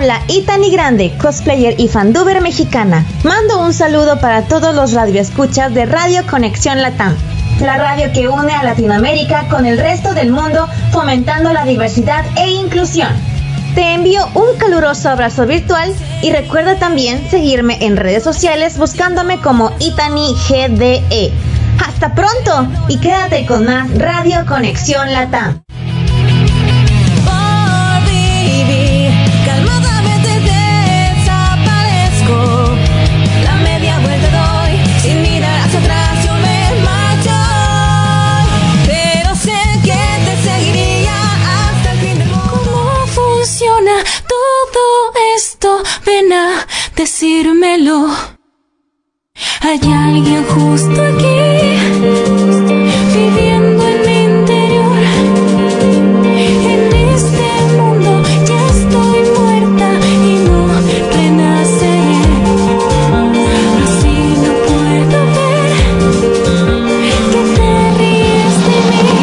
habla Itani Grande, cosplayer y fanduber mexicana. Mando un saludo para todos los radioescuchas de Radio Conexión Latam, la radio que une a Latinoamérica con el resto del mundo, fomentando la diversidad e inclusión. Te envío un caluroso abrazo virtual y recuerda también seguirme en redes sociales buscándome como Itani GDE. ¡Hasta pronto! Y quédate con más Radio Conexión Latam. Todo esto, ven a decírmelo. Hay alguien justo aquí, viviendo en mi interior. En este mundo ya estoy muerta y no renaceré. Así no puedo ver que te ríes de mí.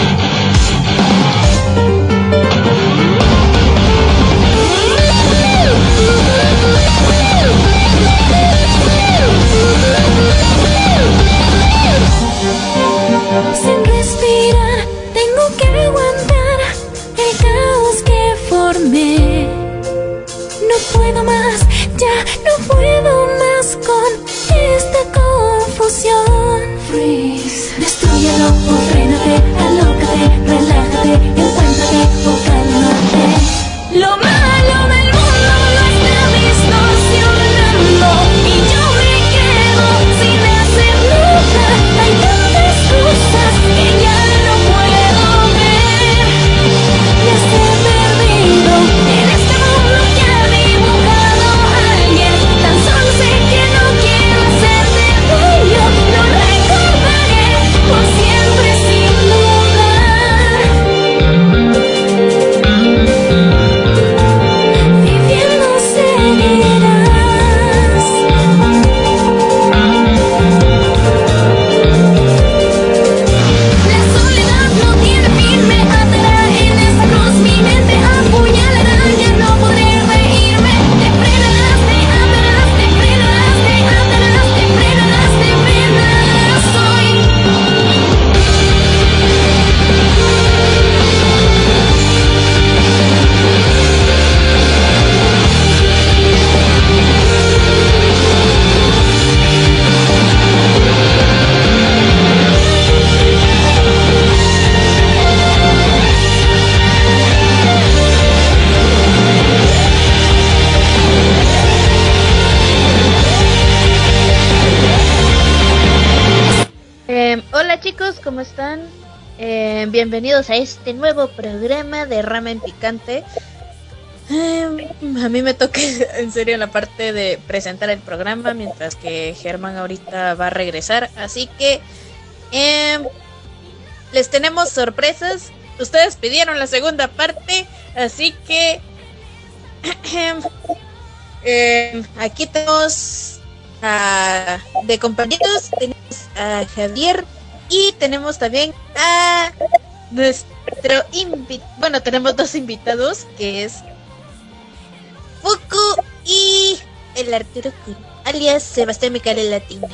Sin respirar, tengo que aguantar el caos que formé. No puedo más, ya no puedo más con esta confusión. Freeze, destrúyelo o frénate, alócate, relájate, encuéntrate o cálmate. Lo malo del mundo lo está distorsionando y yo me quedo sin hacer nada. Hay tantas cosas que ya no puedo ver. Ya estoy perdido en este mundo que ha dibujado alguien. Tan solo sé que no quiero hacerte daño. Lo recordaré por siempre sin dudar. Viviendo seguirás. La soledad no tiene fin, me atará en esa cruz. Mi mente apuñalará, ya no podré reírme. Te frenarás, te atarás, te frenarás, te atarás, te frenarás, te frenarás hoy. Hola chicos, ¿cómo están? Bienvenidos a este nuevo programa de Ramen Picante. A mí me toca en serio la parte de presentar el programa, mientras que Germán ahorita va a regresar. Así que les tenemos sorpresas. Ustedes pidieron la segunda parte, así que aquí tenemos de compañeros, tenemos a Javier y tenemos también a nuestro bueno, tenemos dos invitados, que es Fuku y el Arturo Kun, alias Sebastián Mical el Latino.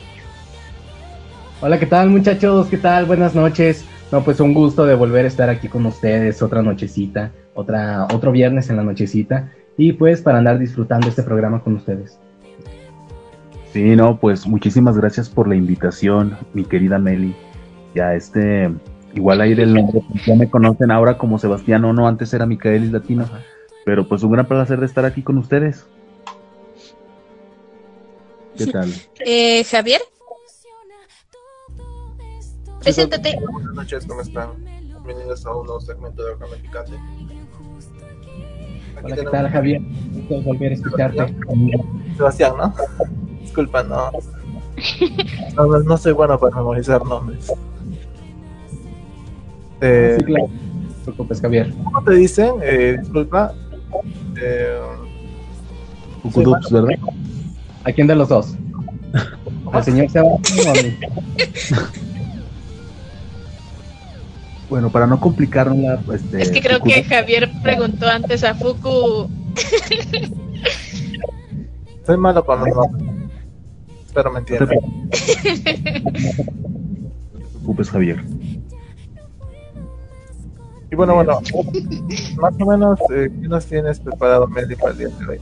Hola, ¿qué tal muchachos? ¿Qué tal? Buenas noches. No, pues un gusto de volver a estar aquí con ustedes otra nochecita, otro viernes en la nochecita, y pues para andar disfrutando este programa con ustedes. Sí, no, pues muchísimas gracias por la invitación, mi querida Meli. Ya igual ahí del nombre, ya me conocen ahora como Sebastián Ono, antes era Micaelis Latino, pero pues un gran placer de estar aquí con ustedes. ¿Qué tal? Javier, preséntate. Buenas noches, ¿cómo están? Bienvenidos a un nuevo segmento de Ramen Picante. Hola, ¿qué tal, Javier? Gusto volver a escucharte. Sebastián, ¿no? Disculpa, no soy bueno para memorizar nombres. Sí, claro. No te preocupes, Javier. ¿Cómo te dicen? Disculpa. Fukudups, ¿verdad? ¿A quién de los dos? ¿Al señor Sebastián o a mí? Bueno, para no complicarla, es que creo que Javier preguntó antes a Fuku Soy malo con los nombres. Espero me entiendan. No te preocupes, Javier. Y bueno, más o menos, ¿qué nos tienes preparado, Meli, para el día de hoy?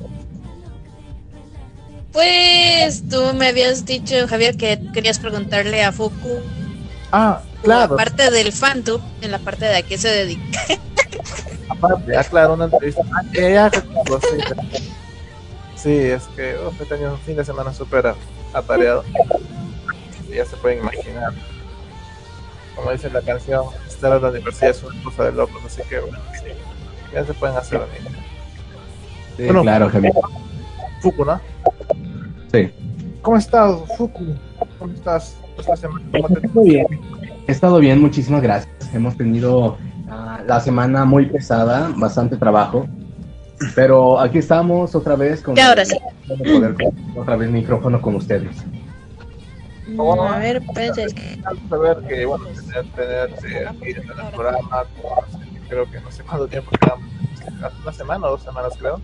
Pues tú me habías dicho, Javier, que querías preguntarle a Fuku, Ah, claro. aparte del FanTube, en la parte de a qué se dedica. Aparte, claro, una entrevista. Recuerdo, sí. Sí, es que he tenido un fin de semana súper atareado. Ya se pueden imaginar. Como dice la canción, estar en la universidad es una cosa de locos, así que bueno, sí, ya se pueden hacer amigos. Sí, Bueno, claro, Javier. Fuku, ¿no? Sí. ¿Cómo estás, Fuku? ¿Cómo estás? Esta semana, ¿cómo te Muy bien. He estado bien, muchísimas gracias. Hemos tenido la semana muy pesada, bastante trabajo. Pero aquí estamos otra vez con Y ahora sí. poder otra vez micrófono con ustedes. A ver, pues saber que, bueno, tenerte aquí en el programa, creo que no sé cuánto tiempo quedamos, hace una semana o 2 semanas, creo.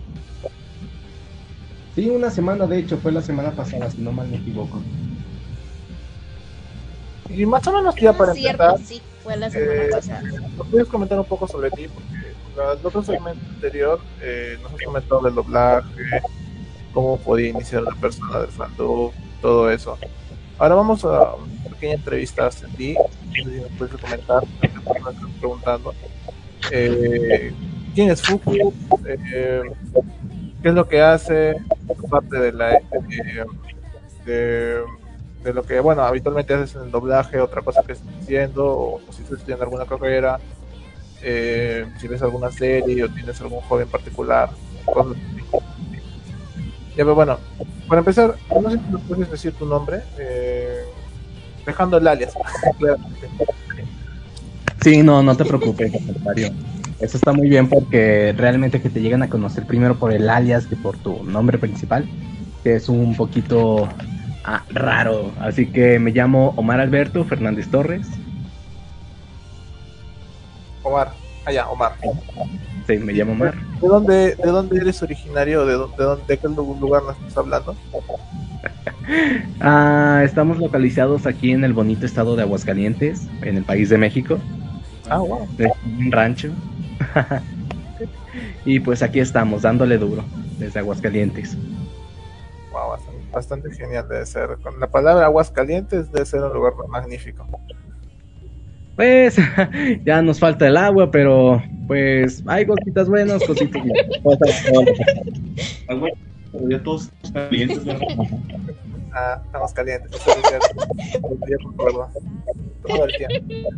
Sí, una semana, de hecho, fue la semana pasada, si no mal me equivoco. Y más o menos ya para empezar, sí, fue la semana pasada. ¿nos puedes comentar un poco sobre ti? Porque el otro segmento anterior nos has comentado del doblaje, cómo podía iniciar una persona del fandom, todo eso. Ahora vamos a una pequeña entrevista a ti, si nos puedes comentar, me están preguntando. ¿Quién es Fuku? ¿Qué es lo que hace? Parte de la de lo que, bueno, habitualmente haces en el doblaje, otra cosa que estás haciendo, o si estás estudiando alguna carrera, si ves alguna serie o tienes algún hobby en particular, cosas así. Ya, pero bueno, para empezar, no sé si nos puedes decir tu nombre, dejando el alias. Sí, no te preocupes, Mario. Eso está muy bien porque realmente que te llegan a conocer primero por el alias que por tu nombre principal, que es un poquito raro. Así que me llamo Omar Alberto Fernández Torres. Omar, Omar. Sí, me llamo Omar. ¿De dónde eres originario? ¿De qué lugar nos estás hablando? Estamos localizados aquí en el bonito estado de Aguascalientes, en el país de México. Wow. Es un rancho. Y pues aquí estamos, dándole duro, desde Aguascalientes. Wow, bastante genial debe ser. Con la palabra Aguascalientes debe ser un lugar magnífico. Pues ya nos falta el agua, pero pues hay cositas buenas, cositas malas. Ya todos estamos calientes, ¿verdad? Estamos calientes, eso es cierto. Yo concuerdo. Todo el tiempo.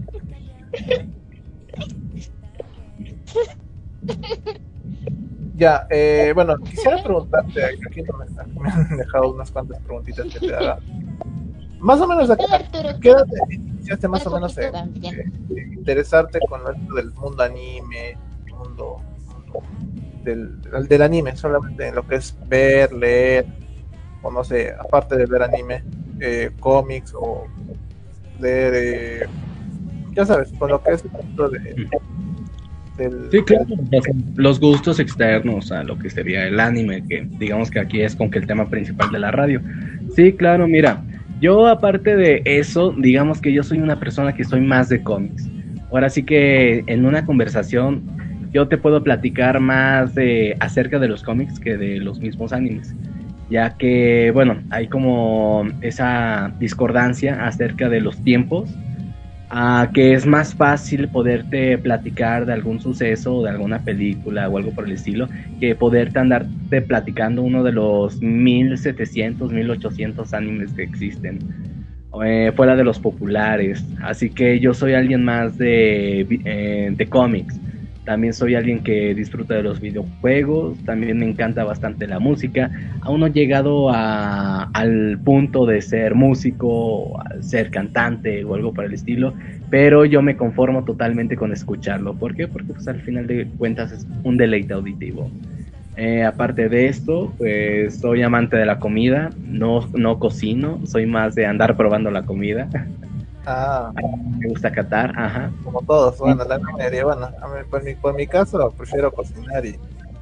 Ya, bueno, quisiera preguntarte, aquí me han dejado unas cuantas preguntitas que te haga. Más o menos, ¿a qué edad iniciaste más o menos interesarte con esto del mundo anime, mundo del anime, solamente en lo que es ver, leer, o no sé, aparte de ver anime, cómics o leer, ya sabes, con lo que es el mundo Sí, claro, los gustos externos a lo que sería el anime, que digamos que aquí es como que el tema principal de la radio. Sí, claro, mira, yo aparte de eso, digamos que yo soy una persona que soy más de cómics. Ahora sí que en una conversación yo te puedo platicar más acerca de los cómics que de los mismos animes, ya que, bueno, hay como esa discordancia acerca de los tiempos, que es más fácil poderte platicar de algún suceso o de alguna película o algo por el estilo que poderte andarte platicando uno de los 1700, 1800 animes que existen, fuera de los populares. Así que yo soy alguien más de cómics. También soy alguien que disfruta de los videojuegos, también me encanta bastante la música. Aún no he llegado al punto de ser músico, ser cantante o algo por el estilo, pero yo me conformo totalmente con escucharlo. ¿Por qué? Porque pues al final de cuentas es un deleite auditivo. Aparte de esto, pues soy amante de la comida, no cocino, soy más de andar probando la comida. Me gusta catar, como todos, bueno, la minería, bueno, por mi caso prefiero cocinar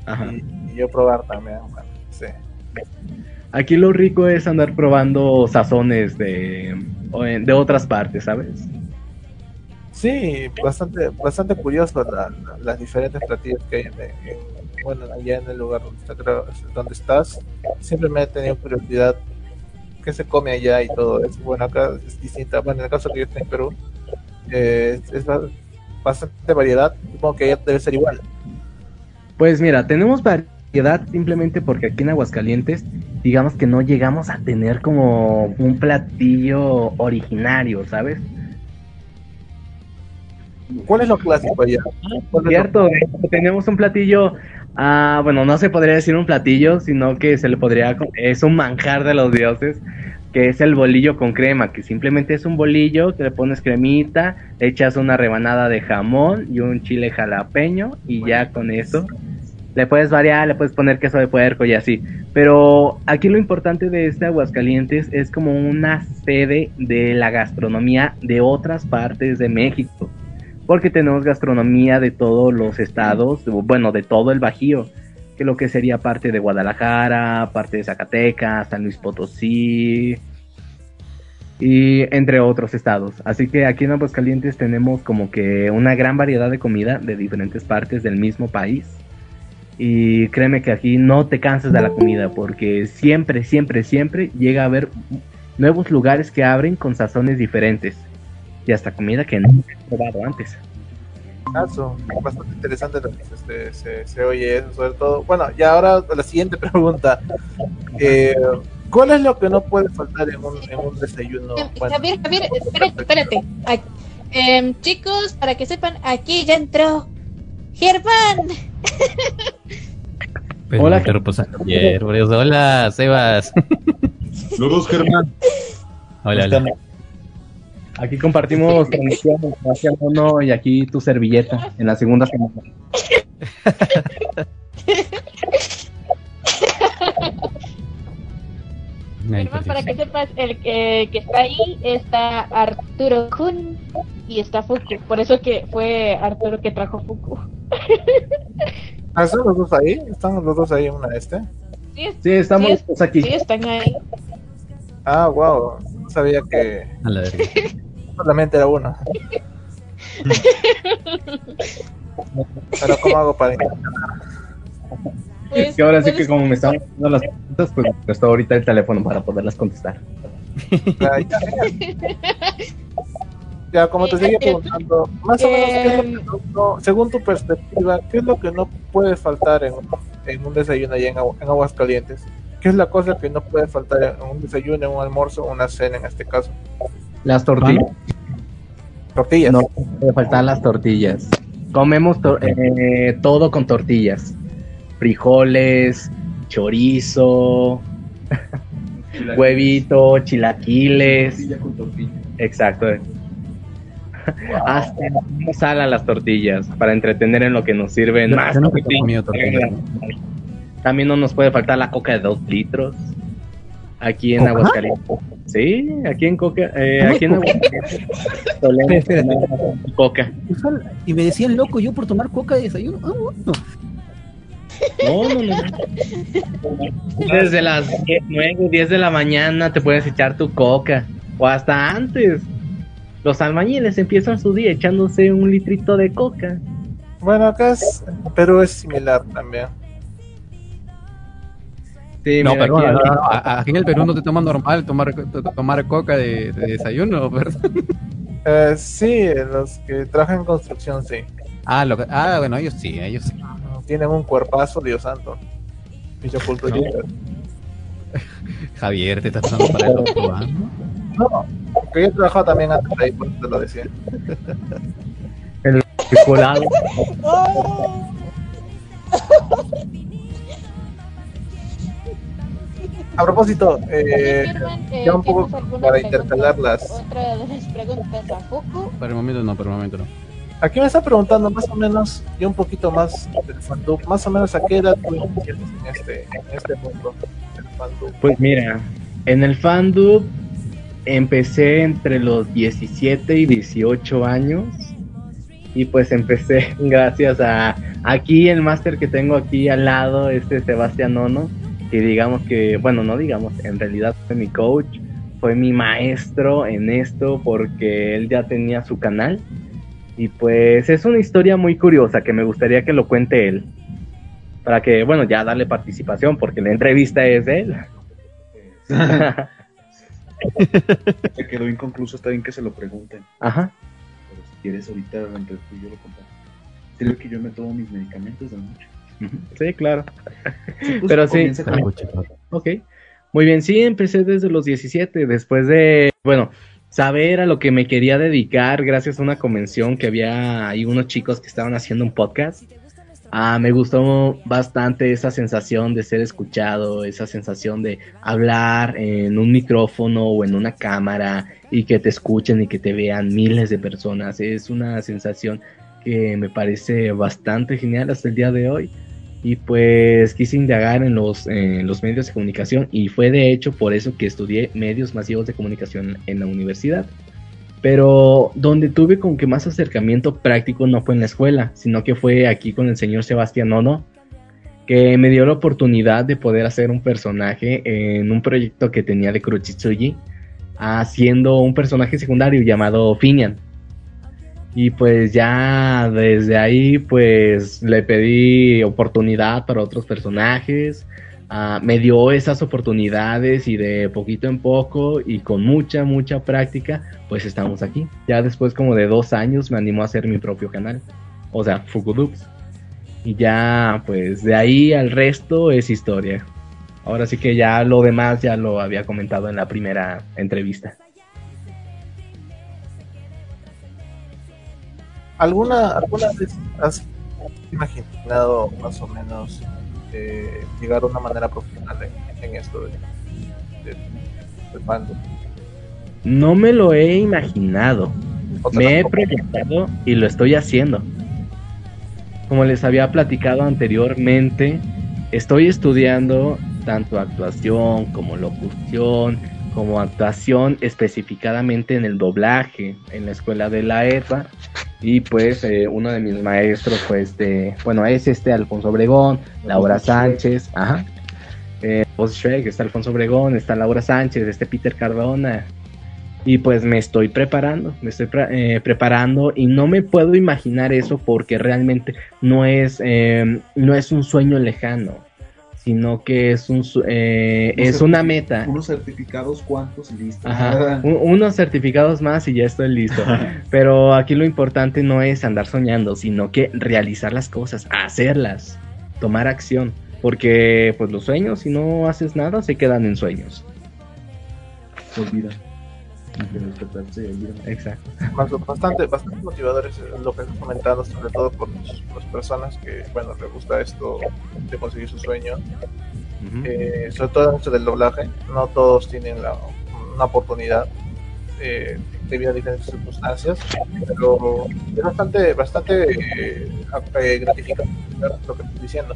y yo probar también. Bueno, sí. Aquí lo rico es andar probando sazones de otras partes, ¿sabes? Sí, bastante curioso las diferentes platillos que hay bueno, allá en el lugar donde estás. Siempre me he tenido curiosidad qué se come allá y todo eso. Bueno, acá es distinta. Bueno, en el caso que yo estoy en Perú, es bastante variedad. Supongo que allá debe ser igual. Pues mira, tenemos variedad simplemente porque aquí en Aguascalientes, digamos que no llegamos a tener como un platillo originario, ¿sabes? ¿Cuál es lo clásico allá? Cierto, tenemos un platillo, bueno, no se podría decir un platillo, sino que es un manjar de los dioses, que es el bolillo con crema, que simplemente es un bolillo que le pones cremita, le echas una rebanada de jamón y un chile jalapeño y ya con eso le puedes variar, le puedes poner queso de puerco y así. Pero aquí lo importante de este Aguascalientes es como una sede de la gastronomía de otras partes de México, porque tenemos gastronomía de todos los estados, bueno, de todo el Bajío, que lo que sería parte de Guadalajara, parte de Zacatecas, San Luis Potosí, y entre otros estados. Así que aquí en Aguascalientes tenemos como que una gran variedad de comida de diferentes partes del mismo país. Y créeme que aquí no te cansas de la comida, porque siempre llega a haber nuevos lugares que abren con sazones diferentes. Y hasta comida que no he probado antes. Bastante interesante lo que se oye eso, sobre todo. Bueno, y ahora la siguiente pregunta. ¿Cuál es lo que no puede faltar en un desayuno? Bueno, Javier, espérate. Chicos, para que sepan, aquí ya entró Germán. Hola, Javier. Hola, Sebas. Saludos, Germán. Hola. Aquí compartimos transmisión, gracias Mono, y aquí tu servilleta en la segunda semana. Germán, para que sepas, el que está ahí está Arturo Kun y está Fuku. Por eso que fue Arturo que trajo Fuku. ¿Están los dos ahí? ¿Están los dos ahí en una Sí, estamos aquí. Sí, están ahí. Ah, wow. No sabía que A la verga. solamente era uno. Pero ¿cómo hago para intentar? Que ahora sí que como me estaban haciendo las preguntas, pues está ahorita el teléfono para poderlas contestar. Ya, como te seguía preguntando, más o menos, ¿qué es lo que según tu perspectiva, qué es lo que no puede faltar en un desayuno allá en Aguascalientes? ¿Qué es la cosa que no puede faltar en un desayuno, en un almuerzo o una cena en este caso? Las tortillas. Tortillas. No puede faltar las tortillas. Comemos todo con tortillas. Frijoles, chorizo, huevito, chilaquiles. Exacto. Wow. Hasta no salen las tortillas para entretener en lo que nos sirven. Más tortillas. También no nos puede faltar la coca de 2 litros. Aquí en Aguascalientes. Sí, aquí en Coca. Aquí en Aguascalientes. Coca. Y me decían loco yo por tomar coca de desayuno. No. Desde las 9, 10 de la mañana te puedes echar tu coca. O hasta antes. Los albañiles empiezan su día echándose 1 litrito de coca. Bueno, acá Perú es similar también. Sí, no, pero aquí en el Perú no te toman normal tomar coca de desayuno, ¿verdad? Sí, los que trabajan en construcción, sí. Bueno, ellos sí. Tienen un cuerpazo, Dios santo. Fisiculturista. Javier, ¿te estás pasando para el otro bando? No, porque yo he trabajado también antes de ahí, por eso te lo decía. El chocolate. A propósito, ya un poco para intercalar las... Otra de las preguntas a Fuku. Por el momento no. Aquí me está preguntando más o menos, y un poquito más del fandub, más o menos a qué edad tú iniciaste en este mundo del fandub. Pues mira, en el fandub empecé entre los 17 y 18 años, y pues empecé gracias a aquí el máster que tengo aquí al lado, Sebastián Nono, que digamos que, bueno, no digamos, en realidad fue mi coach, fue mi maestro en esto porque él ya tenía su canal y pues es una historia muy curiosa que me gustaría que lo cuente él, para que, bueno, ya darle participación porque la entrevista es de él. Se quedó inconcluso, está bien que se lo pregunten. Ajá. Pero si quieres ahorita entre tú y yo lo contamos. Creo que yo me tomo mis medicamentos de noche. Sí, claro. Sí, pues, pero sí. Ok. Muy bien, sí, empecé desde los 17, después de, bueno, saber a lo que me quería dedicar gracias a una convención que había ahí unos chicos que estaban haciendo un podcast. Me gustó bastante esa sensación de ser escuchado, esa sensación de hablar en un micrófono o en una cámara y que te escuchen y que te vean miles de personas. Es una sensación que me parece bastante genial hasta el día de hoy. Y pues quise indagar en los medios de comunicación y fue de hecho por eso que estudié medios masivos de comunicación en la universidad. Pero donde tuve como que más acercamiento práctico no fue en la escuela, sino que fue aquí con el señor Sebastián Nono, que me dio la oportunidad de poder hacer un personaje en un proyecto que tenía de Kurochitsuji, haciendo un personaje secundario llamado Finian. Y pues ya desde ahí pues le pedí oportunidad para otros personajes. Me dio esas oportunidades y de poquito en poco y con mucha práctica pues estamos aquí. Ya después como de 2 años me animó a hacer mi propio canal, o sea, Fukudubs. Y ya pues de ahí al resto es historia. Ahora sí que ya lo demás ya lo había comentado en la primera entrevista. ¿Alguna vez has imaginado más o menos llegar de una manera profesional en esto del fandom? No me lo he imaginado, me he proyectado y lo estoy haciendo. Como les había platicado anteriormente, estoy estudiando tanto actuación como locución, como actuación especificadamente en el doblaje en la escuela de la EPA. Y pues uno de mis maestros fue es Alfonso Obregón, Laura Sánchez, voz Shrek, está Alfonso Obregón, está Laura Sánchez, Peter Cardona. Y pues me estoy preparando y no me puedo imaginar eso porque realmente no es un sueño lejano, sino que es una meta. ¿Unos certificados cuántos? Listo. Ajá, unos certificados más y ya estoy listo. Pero aquí lo importante no es andar soñando, sino que realizar las cosas, hacerlas, tomar acción. Porque pues los sueños, si no haces nada, se quedan en sueños. Se olvidan. Exacto. Bastante motivadores lo que estás comentando, sobre todo por las personas que, bueno, les gusta esto de conseguir su sueño. Sobre todo en esto del doblaje, no todos tienen una oportunidad debido a diferentes circunstancias, pero es bastante gratificante lo que estoy diciendo.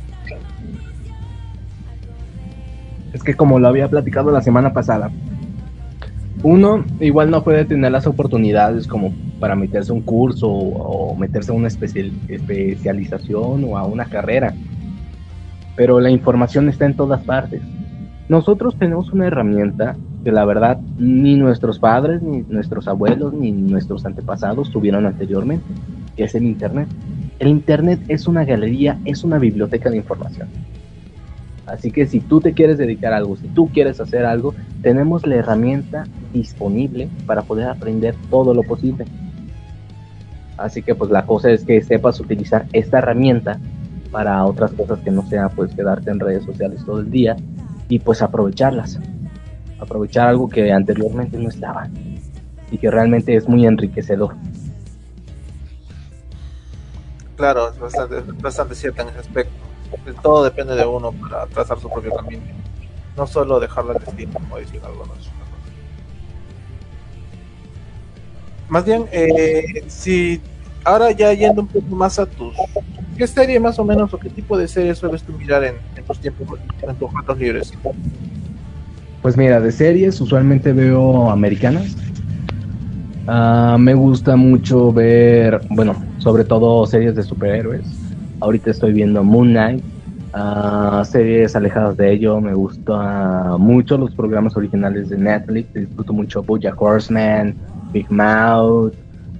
Es que como lo había platicado la semana pasada, uno igual no puede tener las oportunidades como para meterse a un curso o meterse a una especialización o a una carrera, pero la información está en todas partes. Nosotros tenemos una herramienta que la verdad ni nuestros padres, ni nuestros abuelos, ni nuestros antepasados tuvieron anteriormente, que es el Internet. El Internet es una galería, es una biblioteca de información. Así que si tú te quieres dedicar a algo, si tú quieres hacer algo, tenemos la herramienta disponible para poder aprender todo lo posible. Así que pues la cosa es que sepas utilizar esta herramienta para otras cosas que no sea pues quedarte en redes sociales todo el día y pues aprovecharlas. Aprovechar algo que anteriormente no estaba y que realmente es muy enriquecedor. Claro, es bastante cierto en ese aspecto. Todo depende de uno para trazar su propio camino, no solo dejarlo al destino, como dicen algunos. Más bien, si ahora ya yendo un poco más a ¿qué serie más o menos o qué tipo de serie sueles tú mirar en tus tiempos, en tus ratos libres? Pues mira, de series usualmente veo americanas. Me gusta mucho ver, bueno, sobre todo series de superhéroes. Ahorita estoy viendo Moon Knight, series alejadas de ello. Me gustan mucho los programas originales de Netflix. Disfruto mucho BoJack Horseman, Big Mouth,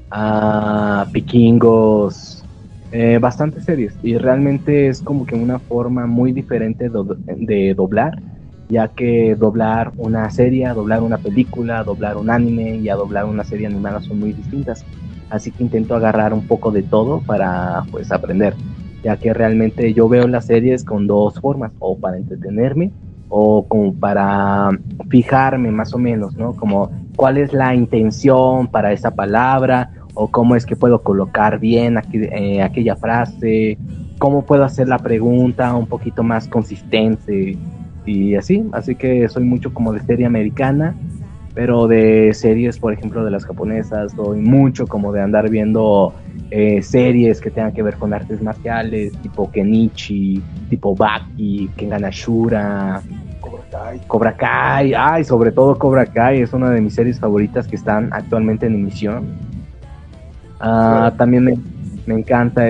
Vikingos, bastantes series. Y realmente es como que una forma muy diferente de doblar, ya que doblar una serie, doblar una película, doblar un anime y a doblar una serie animada son muy distintas. Así que intento agarrar un poco de todo para pues aprender, ya que realmente yo veo las series con dos formas, o para entretenerme o como para fijarme más o menos, ¿no? Como cuál es la intención para esa palabra, o cómo es que puedo colocar bien aquella frase, cómo puedo hacer la pregunta un poquito más consistente y así que soy mucho como de serie americana, pero de series, por ejemplo, de las japonesas, soy mucho como de andar viendo series que tengan que ver con artes marciales, tipo Kenichi, tipo Baki, Kengan Ashura, Cobra Kai, ay, sobre todo Cobra Kai es una de mis series favoritas que están actualmente en emisión. También me encanta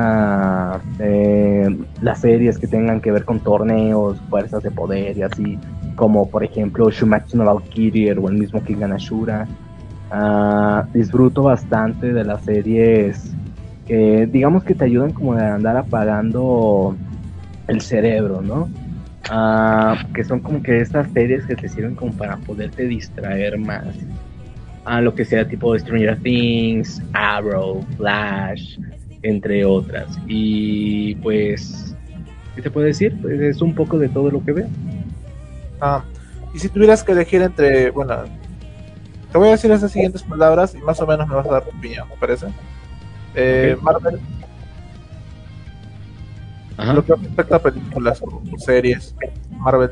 las series que tengan que ver con torneos, fuerzas de poder y así, como por ejemplo Shumatsu no Valkyrie o el mismo Kengan Ashura. Disfruto bastante de las series que digamos que te ayudan como a andar apagando el cerebro, ¿no? Que son como que estas series que te sirven como para poderte distraer más. Lo que sea tipo Stranger Things, Arrow, Flash, entre otras. Y pues, ¿qué te puedo decir? Pues es un poco de todo lo que veo. Y si tuvieras que elegir entre, bueno, te voy a decir esas siguientes palabras y más o menos me vas a dar tu opinión, ¿me parece? Okay. Marvel. Ajá. Lo que respecta a películas o series, Marvel.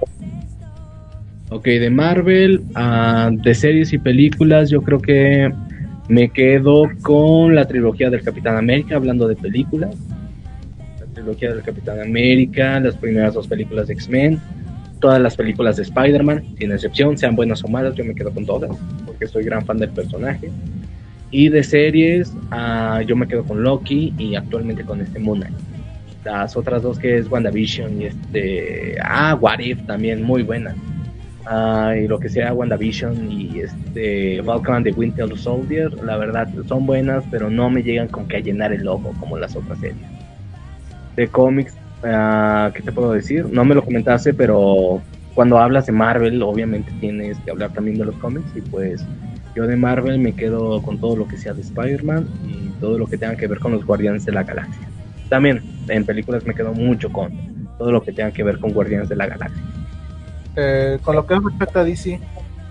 Ok, de Marvel, de series y películas, yo creo que me quedo con la trilogía del Capitán América, hablando de películas. La trilogía del Capitán América, las primeras dos películas de X-Men, todas las películas de Spider-Man, sin excepción, sean buenas o malas, yo me quedo con todas, porque soy gran fan del personaje. Y de series, yo me quedo con Loki y actualmente con Moon Knight. Las otras dos que es WandaVision y What If también, muy buena. Y lo que sea WandaVision y Falcon and the Winter Soldier, la verdad son buenas, pero no me llegan con que a llenar el ojo como las otras series. De cómics, ¿qué te puedo decir? No me lo comentaste, pero cuando hablas de Marvel, obviamente tienes que hablar también de los cómics, y pues yo de Marvel me quedo con todo lo que sea de Spider-Man y todo lo que tenga que ver con los Guardianes de la Galaxia. También en películas me quedo mucho con todo lo que tenga que ver con Guardianes de la Galaxia. Con lo que respecta a DC.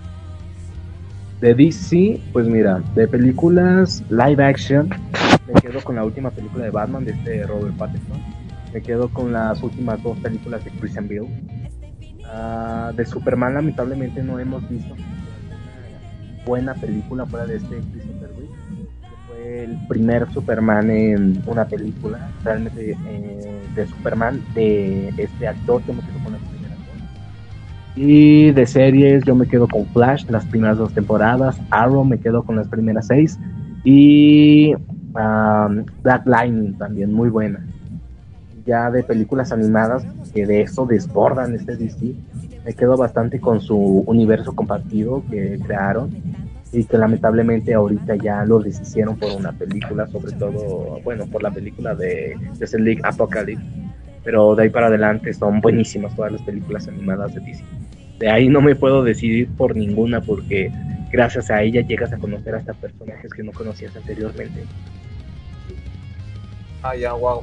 De DC, pues mira, de películas live action, me quedo con la última película de Batman de Robert Pattinson. Me quedo con las últimas dos películas de Christian Bale. De Superman, lamentablemente no hemos visto una buena película fuera de Christopher Reeve, que fue el primer Superman en una película realmente de Superman de este actor. Yo me quedo con la primera. Y de series yo me quedo con Flash, las primeras 2 temporadas. Arrow me quedo con las primeras 6. Y Black Lightning también, muy buena. Ya de películas animadas, que de eso desbordan DC, me quedo bastante con su universo compartido que crearon, y que lamentablemente ahorita ya lo deshicieron por una película, sobre todo, bueno, por la película de Justice League Apocalypse. Pero de ahí para adelante son buenísimas todas las películas animadas de DC. De ahí no me puedo decidir por ninguna, porque gracias a ella llegas a conocer hasta personajes que no conocías anteriormente. Ya, wow.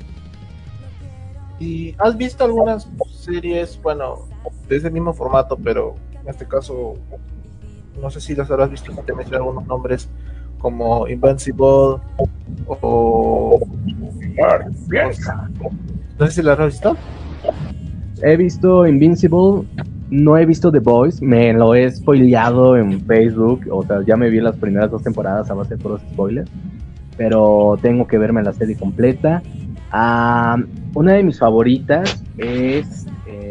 ¿Y has visto algunas series, bueno, de ese mismo formato, pero en este caso, no sé si las habrás visto, te mencioné algunos nombres, como Invincible o... No sé si las has visto. He visto Invincible, no he visto The Boys, me lo he spoileado en Facebook, o sea, ya me vi las primeras 2 temporadas a base de puros spoilers, pero tengo que verme la serie completa. Una de mis favoritas es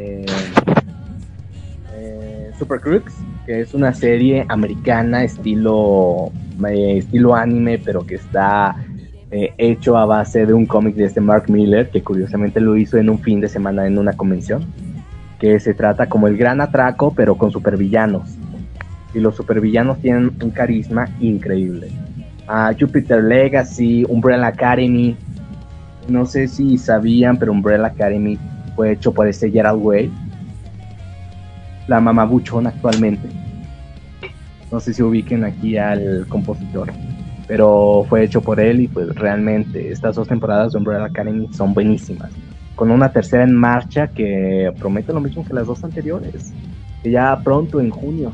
Super Crooks, que es una serie americana estilo anime, pero que está hecho a base de un cómic de Mark Millar, que curiosamente lo hizo en un fin de semana en una convención, que se trata como el gran atraco, pero con supervillanos. Y los supervillanos tienen un carisma increíble. Jupiter Legacy, Umbrella Academy. No sé si sabían, pero Umbrella Academy fue hecho por ese Gerald Way, la mamá buchona actualmente. No sé si ubiquen aquí al compositor, pero fue hecho por él y pues realmente estas 2 temporadas de Umbrella Academy son buenísimas, con una tercera en marcha que promete lo mismo que las 2 anteriores, que ya pronto en junio.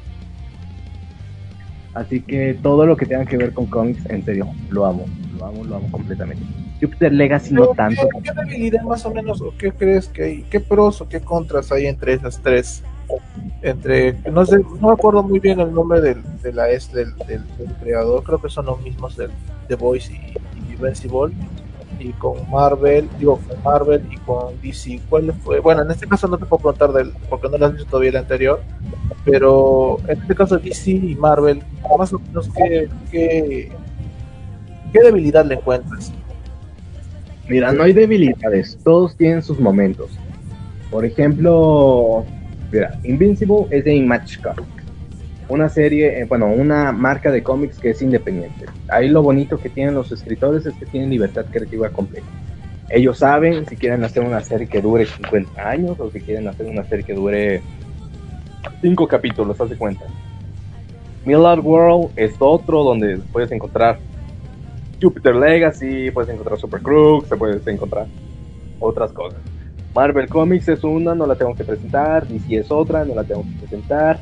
Así que todo lo que tenga que ver con cómics, en serio, lo amo completamente. Jupiter Legacy no tanto. ¿Qué debilidad más o menos, o qué crees que hay, qué pros o qué contras hay entre esas 3? No sé, no me acuerdo muy bien el nombre del creador, creo que son los mismos del The Voice y Invincible, y con Marvel y con DC. ¿Cuál fue? Bueno, en este caso no te puedo preguntar porque no lo has visto todavía el anterior, pero en este caso DC y Marvel, más o menos qué debilidad le encuentras. Mira, no hay debilidades, todos tienen sus momentos. Por ejemplo, mira, Invincible es de Image Comics, una serie, una marca de cómics que es independiente. Ahí lo bonito que tienen los escritores es que tienen libertad creativa completa. Ellos saben si quieren hacer una serie que dure 50 años o si quieren hacer una serie que dure 5 capítulos, haz de cuenta. Millard World es otro donde puedes encontrar Jupiter Legacy, puedes encontrar Super Crooks, puedes encontrar otras cosas. Marvel Comics es una, no la tengo que presentar. DC es otra, no la tengo que presentar.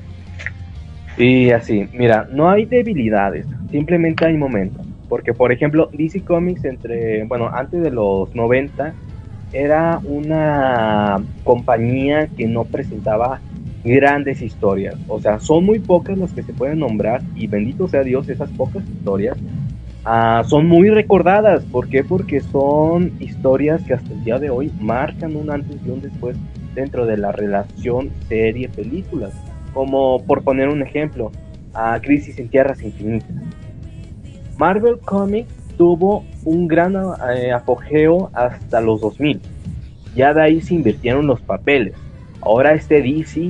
Y así, mira, no hay debilidades, simplemente hay momentos. Porque, por ejemplo, DC Comics antes de los 90 era una compañía que no presentaba grandes historias. O sea, son muy pocas las que se pueden nombrar y bendito sea Dios, esas pocas historias son muy recordadas. ¿Por qué? Porque son historias que hasta el día de hoy marcan un antes y un después dentro de la relación serie-películas. Como por poner un ejemplo, Crisis en Tierras Infinitas. Marvel Comics tuvo un gran apogeo hasta los 2000. Ya de ahí se invirtieron los papeles. Ahora este DC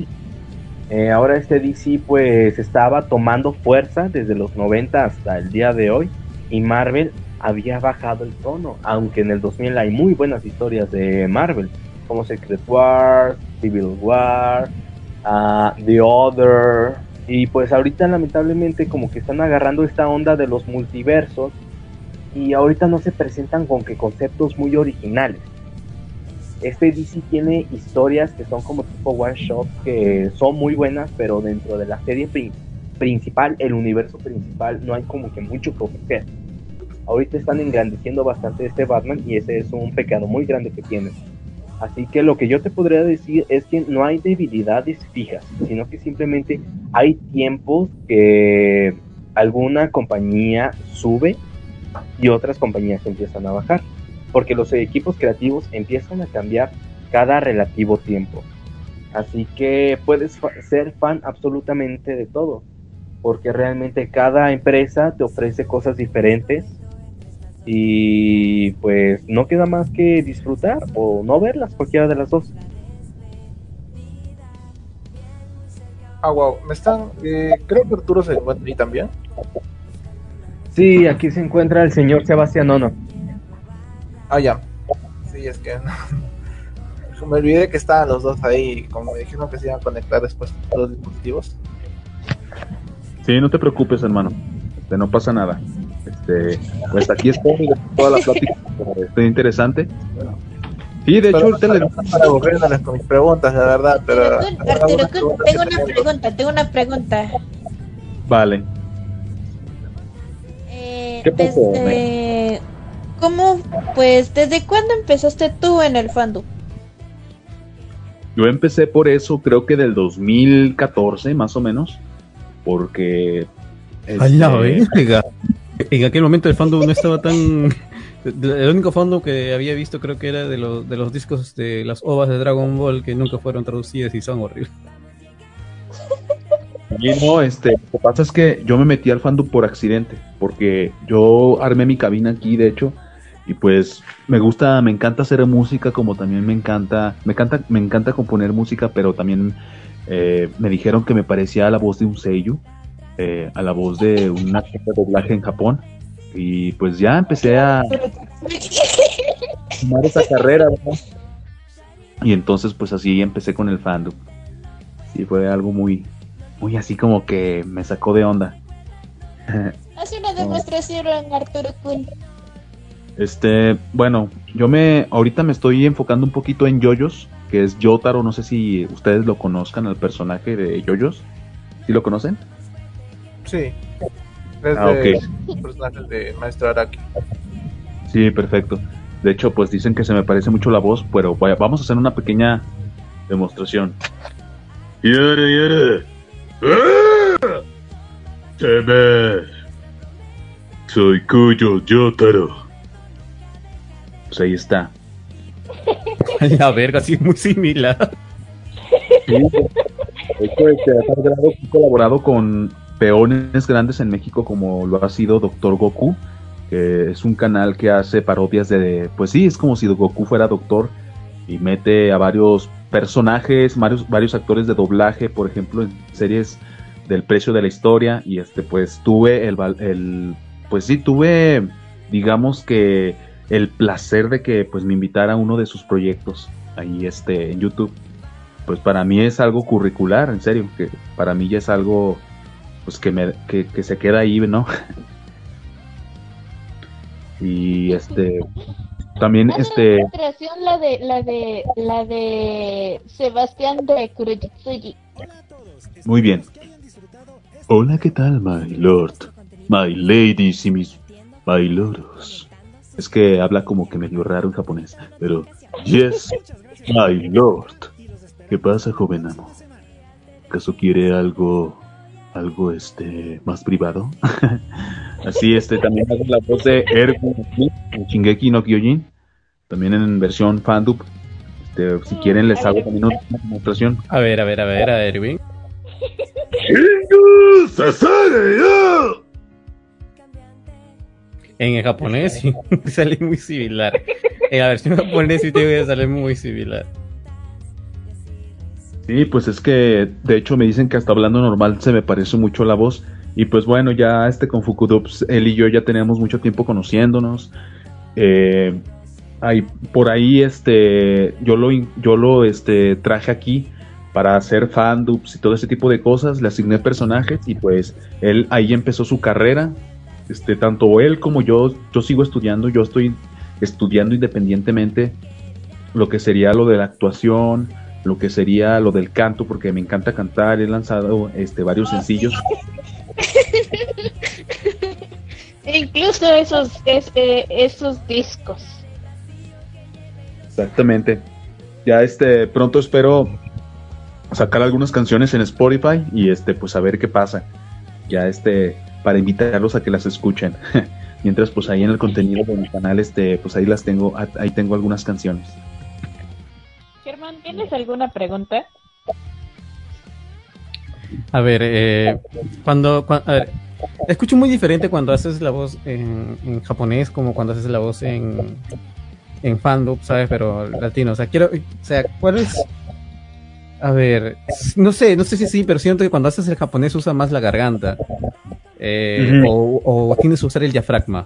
pues estaba tomando fuerza desde los 90 hasta el día de hoy. Y Marvel había bajado el tono, aunque en el 2000 hay muy buenas historias de Marvel, como Secret Wars, Civil War, The Other, y pues ahorita lamentablemente como que están agarrando esta onda de los multiversos, y ahorita no se presentan con que conceptos muy originales. Este DC tiene historias que son como tipo one shot, que son muy buenas, pero dentro de la serie principal, el universo principal, no hay como que mucho que ofrecer. Ahorita están engrandeciendo bastante este Batman y ese es un pecado muy grande que tienen. Así que lo que yo te podría decir es que no hay debilidades fijas, sino que simplemente hay tiempos que alguna compañía sube y otras compañías empiezan a bajar, porque los equipos creativos empiezan a cambiar cada relativo tiempo. Así que puedes ser fan absolutamente de todo, porque realmente cada empresa te ofrece cosas diferentes y pues no queda más que disfrutar o no verlas, cualquiera de las dos. Wow, creo que Arturo se encuentra ahí también. Sí, aquí se encuentra el señor Sebastián Ono. Ya. Sí, es que me olvidé que estaban los dos ahí, como me dijeron que se iban a conectar después los dispositivos. Sí, no te preocupes, hermano. No pasa nada. Pues aquí estoy, toda la plática estoy interesante. Sí, de hecho, para aburrirnos con mis preguntas, la verdad, pero Arturo, tengo una pregunta. Vale. ¿Qué pasó? ¿Cómo, pues, desde cuándo empezaste tú en el fandom? Yo empecé por eso, creo que del 2014, más o menos, porque... En aquel momento el fandom no estaba tan... El único fandom que había visto creo que era de los discos de las ovas de Dragon Ball que nunca fueron traducidas y son horribles. Y no, lo que pasa es que yo me metí al fandom por accidente, porque yo armé mi cabina aquí, de hecho, y pues me encanta hacer música, como también me encanta componer música, pero también me dijeron que me parecía a la voz de un seiyuu, a la voz de un actor de doblaje en Japón, y pues ya empecé a tomar esa carrera, ¿verdad? Y entonces pues así empecé con el fandom. Sí, fue algo muy así como que me sacó de onda. Hace una demostración, Arturo Kun. Bueno, ahorita me estoy enfocando un poquito en Yoyos, que es Yotaro, no sé si ustedes lo conozcan, al personaje de Yoyos. ¿Sí lo conocen? Sí. Es personajes de Maestro Araki. Sí, perfecto. De hecho, pues dicen que se me parece mucho la voz, pero vamos a hacer una pequeña demostración. ¡Yara! ¡Ah! Soy Kuyo Yotaro. Pues ahí está. La verga, sí, muy similar. Sí, de hecho, he colaborado con peones grandes en México, como lo ha sido Doctor Goku, que es un canal que hace parodias de... Pues sí, es como si Goku fuera doctor y mete a varios personajes, varios actores de doblaje, por ejemplo, en series del Precio de la Historia, y pues tuve tuve, digamos que el placer de que pues me invitara a uno de sus proyectos ahí en YouTube. Pues para mí es algo curricular, en serio, que para mí ya es algo pues que se queda ahí, ¿no? Y también la de Sebastián de Kurojitsuji. Muy bien. Hola, ¿qué tal, my lord, my ladies y mis bailoros? Es que habla como que medio raro en japonés, pero yes, my lord. ¿Qué pasa, joven amo? ¿Acaso quiere algo más privado? Así, también hago la voz de Erwin en Shingeki no Kyojin, también en versión fandub. Si quieren les hago también una demostración. A ver, Erwin. En el japonés sí sale muy similar. En la versión japonesa sí tiene que salir muy similar. Sí, pues es que de hecho me dicen que hasta hablando normal se me parece mucho la voz. Y pues bueno, ya con Fukudubs, él y yo ya teníamos mucho tiempo conociéndonos. Por ahí yo lo traje aquí para hacer fandubs y todo ese tipo de cosas. Le asigné personajes y pues él ahí empezó su carrera. Tanto él como yo sigo estudiando. Yo estoy estudiando independientemente lo que sería lo de la actuación, lo que sería lo del canto, porque me encanta cantar. He lanzado varios sencillos. Incluso esos discos. Exactamente. Ya pronto espero sacar algunas canciones en Spotify y pues a ver qué pasa. Ya para invitarlos a que las escuchen. Mientras pues ahí en el contenido de mi canal pues ahí tengo algunas canciones. Germán, ¿tienes alguna pregunta? A ver, a ver, escucho muy diferente cuando haces la voz en japonés como cuando haces la voz en fandom, ¿sabes? Pero latino, ¿cuál es? A ver, no sé si sí, pero siento que cuando haces el japonés usa más la garganta, o tienes que usar el diafragma.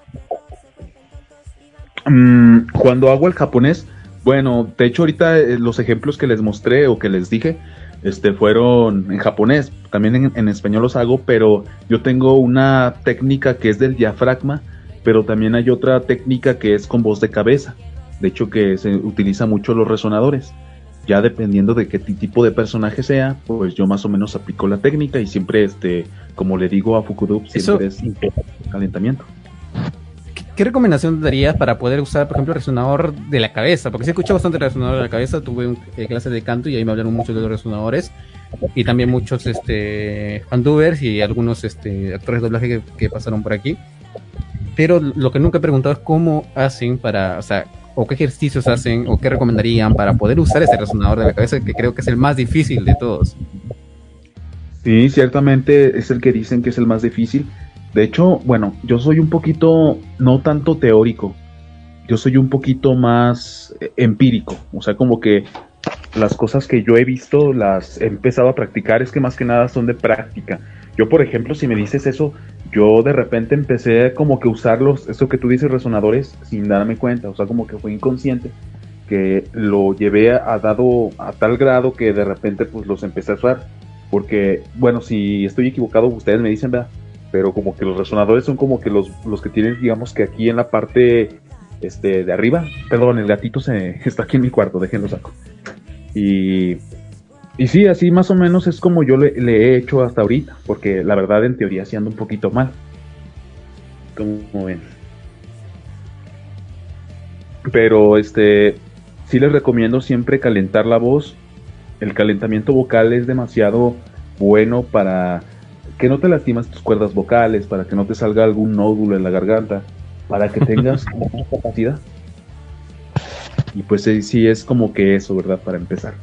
Cuando hago el japonés, bueno, de hecho ahorita los ejemplos que les mostré o que les dije, fueron en japonés, también en español los hago, pero yo tengo una técnica que es del diafragma, pero también hay otra técnica que es con voz de cabeza, de hecho que se utiliza mucho los resonadores, ya dependiendo de qué tipo de personaje sea, pues yo más o menos aplico la técnica y siempre, como le digo a Fukudub, siempre es calentamiento. ¿Qué recomendación darías para poder usar, por ejemplo, el resonador de la cabeza? Porque sí escuché bastante el resonador de la cabeza, tuve clase de canto y ahí me hablaron mucho de los resonadores y también muchos fandubers y algunos actores de doblaje que pasaron por aquí. Pero lo que nunca he preguntado es cómo hacen o qué ejercicios hacen o qué recomendarían para poder usar ese resonador de la cabeza, que creo que es el más difícil de todos. Sí, ciertamente es el que dicen que es el más difícil. De hecho, bueno, yo soy un poquito, no tanto teórico, yo soy un poquito más empírico, o sea, como que las cosas que yo he visto las he empezado a practicar, es que más que nada son de práctica. Yo, por ejemplo, si me dices eso, yo de repente empecé como que usarlos, eso que tú dices, resonadores, sin darme cuenta, o sea, como que fue inconsciente, que lo llevé a tal grado que de repente pues los empecé a usar, porque, bueno, si estoy equivocado, ustedes me dicen, ¿verdad? Pero como que los resonadores son como que los que tienen, digamos que aquí en la parte de arriba, perdón, el gatito está aquí en mi cuarto, déjenlo saco. Y sí, así más o menos es como yo le he hecho hasta ahorita, porque la verdad en teoría sí ando un poquito mal. Como ven. Pero sí les recomiendo siempre calentar la voz. El calentamiento vocal es demasiado bueno para que no te lastimas tus cuerdas vocales, para que no te salga algún nódulo en la garganta, para que tengas más capacidad. Y pues sí es como que eso, ¿verdad? Para empezar.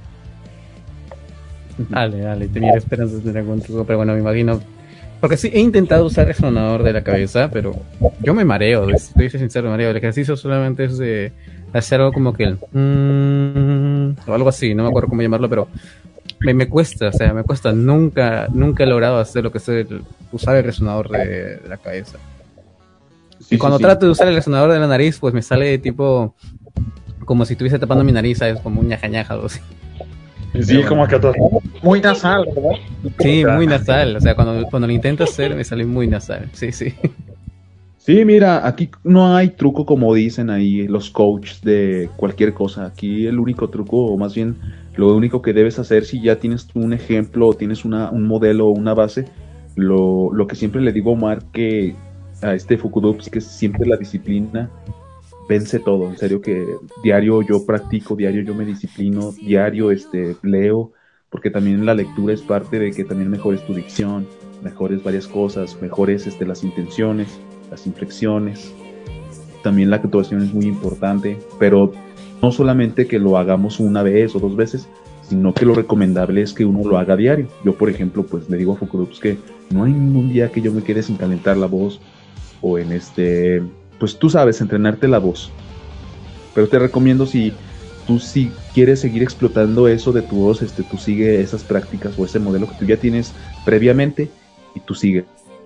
Dale, tenía esperanzas de algún truco, pero bueno, me imagino. Porque sí, he intentado usar resonador de la cabeza, pero yo me mareo, estoy sincero, me mareo. El ejercicio solamente es de hacer algo como que o algo así, no me acuerdo cómo llamarlo, pero me cuesta, o sea, me cuesta. Nunca he logrado hacer lo que es usar el resonador de la cabeza. Sí, y cuando trato de usar el resonador de la nariz, pues me sale tipo como si estuviese tapando mi nariz, ¿sabes? Como un ñaja o así. Sí, bueno, como que todo muy nasal, ¿verdad? Sí, muy nasal. O sea, cuando lo intento hacer, me sale muy nasal. Sí. Sí, mira, aquí no hay truco como dicen ahí los coaches de cualquier cosa. Aquí el único truco, o más bien lo único que debes hacer, si ya tienes un ejemplo o tienes un modelo o una base, lo que siempre le digo a Omar, que a Fukudups, que siempre la disciplina vence todo. En serio que diario yo practico, diario yo me disciplino, diario leo, porque también la lectura es parte de que también mejores tu dicción, mejores varias cosas, mejores las intenciones, las inflexiones. También la actuación es muy importante, pero no solamente que lo hagamos una vez o dos veces, sino que lo recomendable es que uno lo haga diario. Yo, por ejemplo, pues le digo a Fukudups que no hay ningún día que yo me quede sin calentar la voz, o en pues tú sabes, entrenarte la voz. Pero te recomiendo, si tú quieres seguir explotando eso de tu voz, tú sigue esas prácticas o ese modelo que tú ya tienes previamente y tú sigue.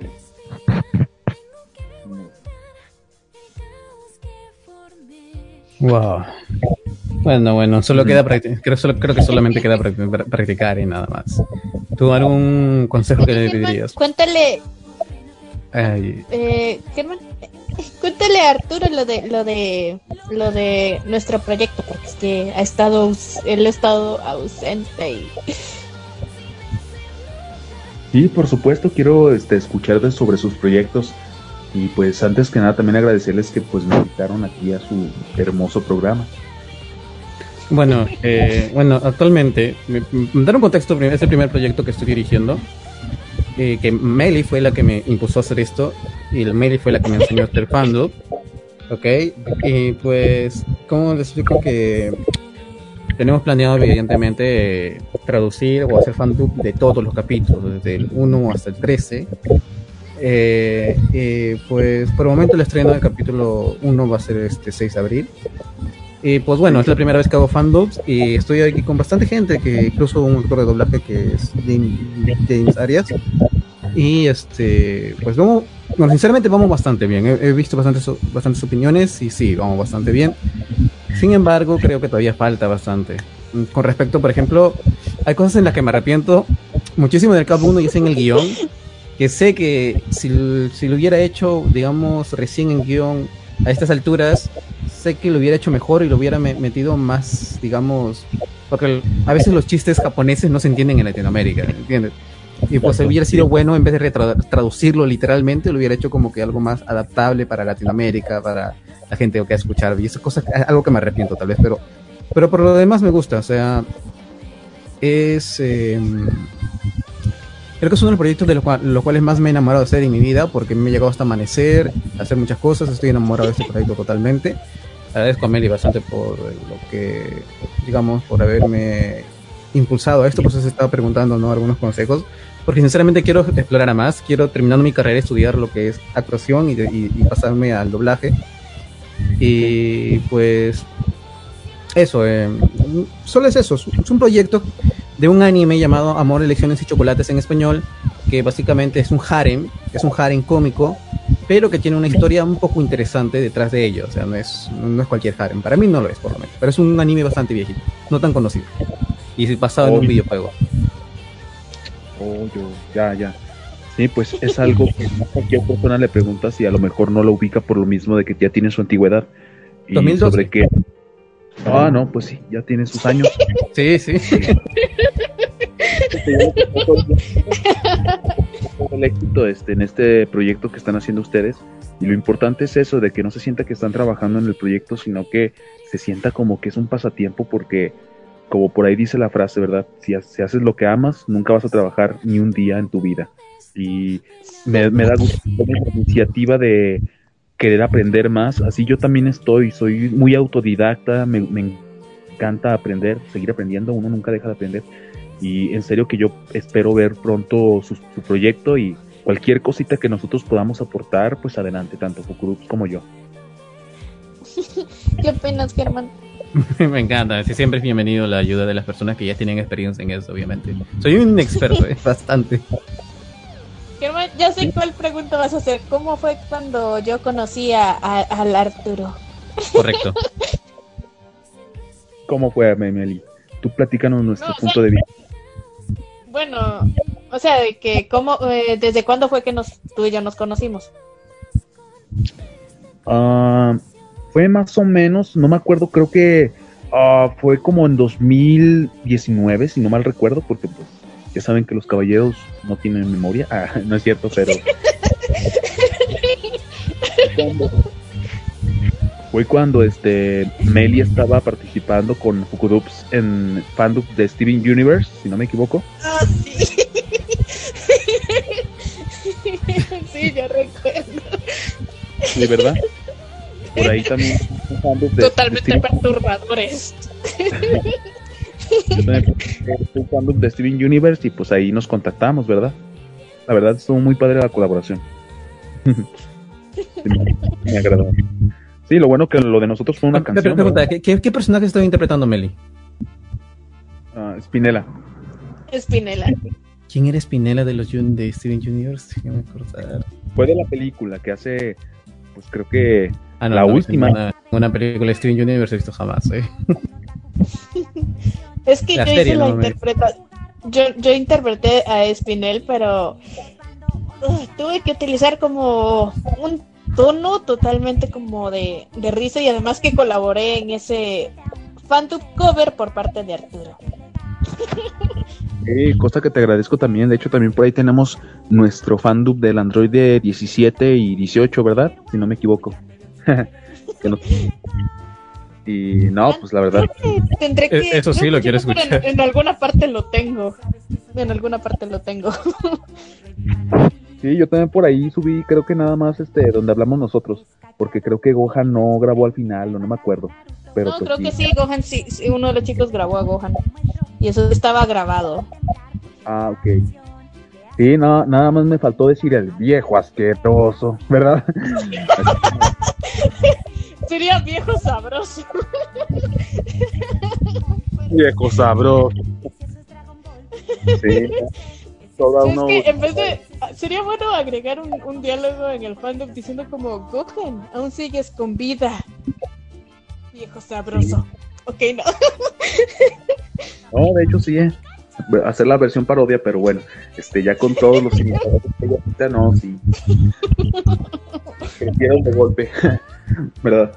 Wow. Bueno, solo queda practicar. Creo que solamente queda practicar y nada más. ¿Tú algún consejo que le dirías? Cuéntale. Germán, cuéntale a Arturo lo de nuestro proyecto, porque es que él ha estado ausente y... Sí, por supuesto, quiero escuchar sobre sus proyectos, y pues antes que nada también agradecerles que pues me invitaron aquí a su hermoso programa. Bueno, actualmente, dar un contexto, es el primer proyecto que estoy dirigiendo. Que Meli fue la que me impulsó a hacer esto, y Meli fue la que me enseñó a hacer fandub, ¿ok? Y pues, ¿cómo les explico? Que tenemos planeado evidentemente traducir o hacer fandub de todos los capítulos, desde el 1 hasta el 13. Pues por el momento el estreno del capítulo 1 va a ser 6 de abril. Y pues bueno, es la primera vez que hago fandubs y estoy aquí con bastante gente, que incluso un actor de doblaje que es James Arias. Y pues sinceramente vamos bastante bien. He visto bastantes opiniones y sí, vamos bastante bien. Sin embargo, creo que todavía falta bastante. Con respecto, por ejemplo, hay cosas en las que me arrepiento muchísimo del Cap 1 y es en el guión, que sé que si lo hubiera hecho, digamos, recién en guión a estas alturas, sé que lo hubiera hecho mejor y lo hubiera metido más, digamos, porque a veces los chistes japoneses no se entienden en Latinoamérica, ¿entiendes? Y pues hubiera sido bueno, en vez de traducirlo literalmente, lo hubiera hecho como que algo más adaptable para Latinoamérica, para la gente que va a escuchar, y esas cosas es algo que me arrepiento tal vez, pero por lo demás me gusta. O sea, creo que es uno de los proyectos de los cuales más me he enamorado de hacer en mi vida, porque me he llegado hasta amanecer, a hacer muchas cosas. Estoy enamorado de este proyecto totalmente. Agradezco a Meli bastante por lo que, digamos, por haberme impulsado a esto, pues se estaba preguntando, ¿no?, algunos consejos. porque sinceramente quiero explorar a más, quiero terminando mi carrera estudiar lo que es actuación y pasarme al doblaje. Y pues eso, solo es eso, es un proyecto de un anime llamado Amor, Elecciones y Chocolates en español, que básicamente es un harem cómico, pero que tiene una historia un poco interesante detrás de ello. O sea, no es cualquier harem, para mí no lo es por lo menos, pero es un anime bastante viejito, no tan conocido, y basado en un videojuego. Ya. Sí, pues es algo que a cualquier persona le pregunta si a lo mejor no lo ubica por lo mismo de que ya tiene su antigüedad. Y 2012. sobre qué. Ah, no, pues sí, ya tiene sus años. Sí. El éxito en este proyecto que están haciendo ustedes, y lo importante es eso, de que no se sienta que están trabajando en el proyecto, sino que se sienta como que es un pasatiempo, porque como por ahí dice la frase, ¿verdad? Si haces lo que amas, nunca vas a trabajar ni un día en tu vida. Y me da gusto la iniciativa de querer aprender más. Así yo también soy muy autodidacta, me encanta aprender, seguir aprendiendo, uno nunca deja de aprender. Y en serio que yo espero ver pronto su proyecto, y cualquier cosita que nosotros podamos aportar, pues adelante, tanto Fukurups como yo. ¿Qué opinas, Germán? Me encanta, siempre es bienvenido la ayuda de las personas que ya tienen experiencia en eso, obviamente. Soy un experto, bastante. Germán, ya sé cuál pregunta vas a hacer. ¿Cómo fue cuando yo conocí al Arturo? Correcto. ¿Cómo fue, Meli? Tú platícanos nuestro punto de vista. Bueno, o sea, de que ¿desde cuándo fue que tú y yo nos conocimos? Fue más o menos, no me acuerdo, creo que fue como en 2019, si no mal recuerdo, porque pues ya saben que los caballeros no tienen memoria. No es cierto, pero fue cuando Meli estaba participando con Fukurups en fandom de Steven Universe, si no me equivoco. Sí. Sí, yo recuerdo. ¿De verdad? Por ahí también un fandom totalmente perturbadores. Un fandom de Steven Universe, y pues ahí nos contactamos, ¿verdad? La verdad estuvo muy padre la colaboración. Me agradó. Sí, lo bueno que lo de nosotros fue una canción. Pregunta, ¿qué personaje estaba interpretando Meli? Spinella. ¿Quién era Spinella de Steven Universe? Déjame acordar. Fue de la película que hace, pues creo que la última. Una película de Steven Universe he visto jamás, Es que yo hice la interpretación. Yo interpreté a Spinel, pero tuve que utilizar como un tono totalmente como de risa, y además que colaboré en ese fandub cover por parte de Arturo. Cosa que te agradezco también. De hecho, también por ahí tenemos nuestro fandub del Android de 17 y 18, ¿verdad? Si no me equivoco. Y no, pues la verdad. Tendré que, eso sí lo quiero escuchar. En alguna parte lo tengo. Sí, yo también por ahí subí, creo que nada más donde hablamos nosotros, porque creo que Gohan no grabó al final, no me acuerdo. Pero no, pues creo que sí, Gohan sí, uno de los chicos grabó a Gohan. Y eso estaba grabado. Ok. Sí, no, nada más me faltó decir el viejo asqueroso, ¿verdad? Sería viejo sabroso. Viejo sabroso. Sí. Es que en vez de... Sería bueno agregar un diálogo en el fandom diciendo como: Gohan, aún sigues con vida, viejo sabroso. Sí. Ok, no. No, de hecho sí, hacer la versión parodia, pero bueno, ya con todos los imitadores que hay ahorita, no, sí. Crecieron de golpe, ¿verdad?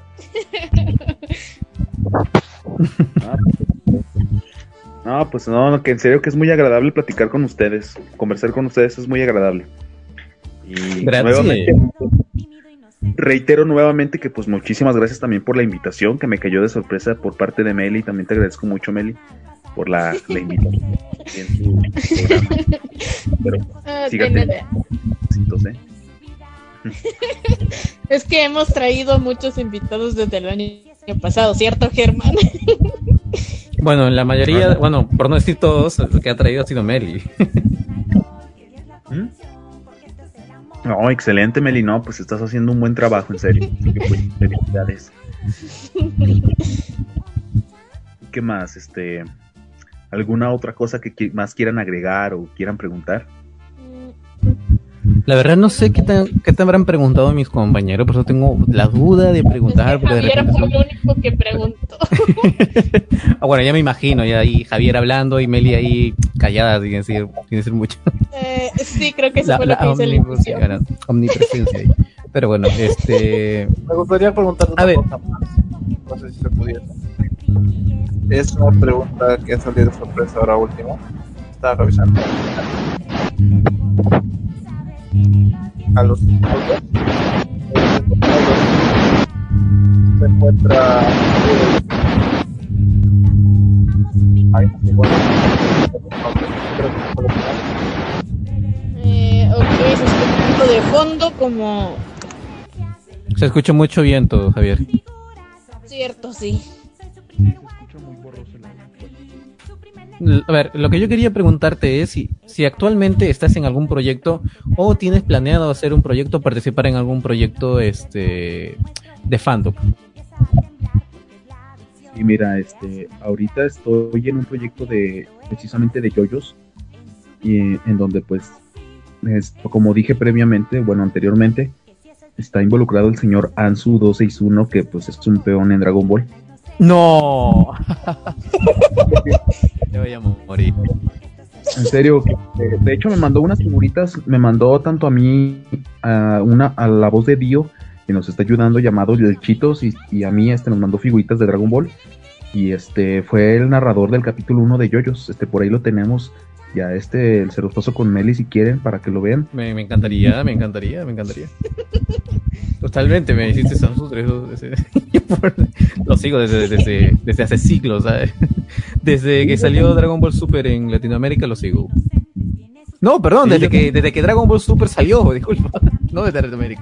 Pues no, que en serio que es muy agradable platicar con ustedes, conversar con ustedes es muy agradable. Y nuevamente reitero nuevamente que pues muchísimas gracias también por la invitación, que me cayó de sorpresa por parte de Meli. También te agradezco mucho, Meli, por la invitación en su programa. Pero sígate. Es que hemos traído muchos invitados desde el año pasado, ¿cierto, Germán? Bueno, la mayoría, por no decir todos, lo que ha traído ha sido Meli. No, excelente, Meli, no, pues estás haciendo un buen trabajo, en serio. Así que, pues, felicidades. ¿Qué más? ¿Alguna otra cosa que más quieran agregar o quieran preguntar? La verdad no sé qué te habrán preguntado mis compañeros, por eso tengo la duda de preguntar. Pues Javier fue el único que preguntó. Bueno, ya me imagino, ya ahí Javier hablando y Meli ahí callada, sin decir mucho. Sí, creo que eso fue lo que hice el inicio. Omnipresencia ahí. Pero bueno, Me gustaría preguntar una cosa más. No sé si se pudiera. Es una pregunta que ha salido de sorpresa ahora último. Estaba revisando. A los autos se encuentra ok, se escucha de fondo como... Se escucha mucho viento, Javier. Cierto, sí. A ver, lo que yo quería preguntarte es si actualmente estás en algún proyecto o tienes planeado hacer un proyecto, participar en algún proyecto de fandom. Y mira, ahorita estoy en un proyecto precisamente de JoJo's, y en donde pues, como dije anteriormente, está involucrado el señor Ansu 261, que pues es un peón en Dragon Ball. ¡No! Me voy a morir. En serio, de hecho me mandó unas figuritas, me mandó tanto a mí, a la voz de Dio, que nos está ayudando, llamado el Chitos, y a mí nos mandó figuritas de Dragon Ball, y fue el narrador del capítulo 1 de JoJo's, por ahí lo tenemos, ya se los paso con Meli si quieren, para que lo vean. Me encantaría. Totalmente, me hiciste Samsung 3. Lo sigo desde hace siglos, ¿sabes? Desde que salió Dragon Ball Super en Latinoamérica lo sigo. No, perdón, desde que Dragon Ball Super salió, disculpa. No desde Latinoamérica.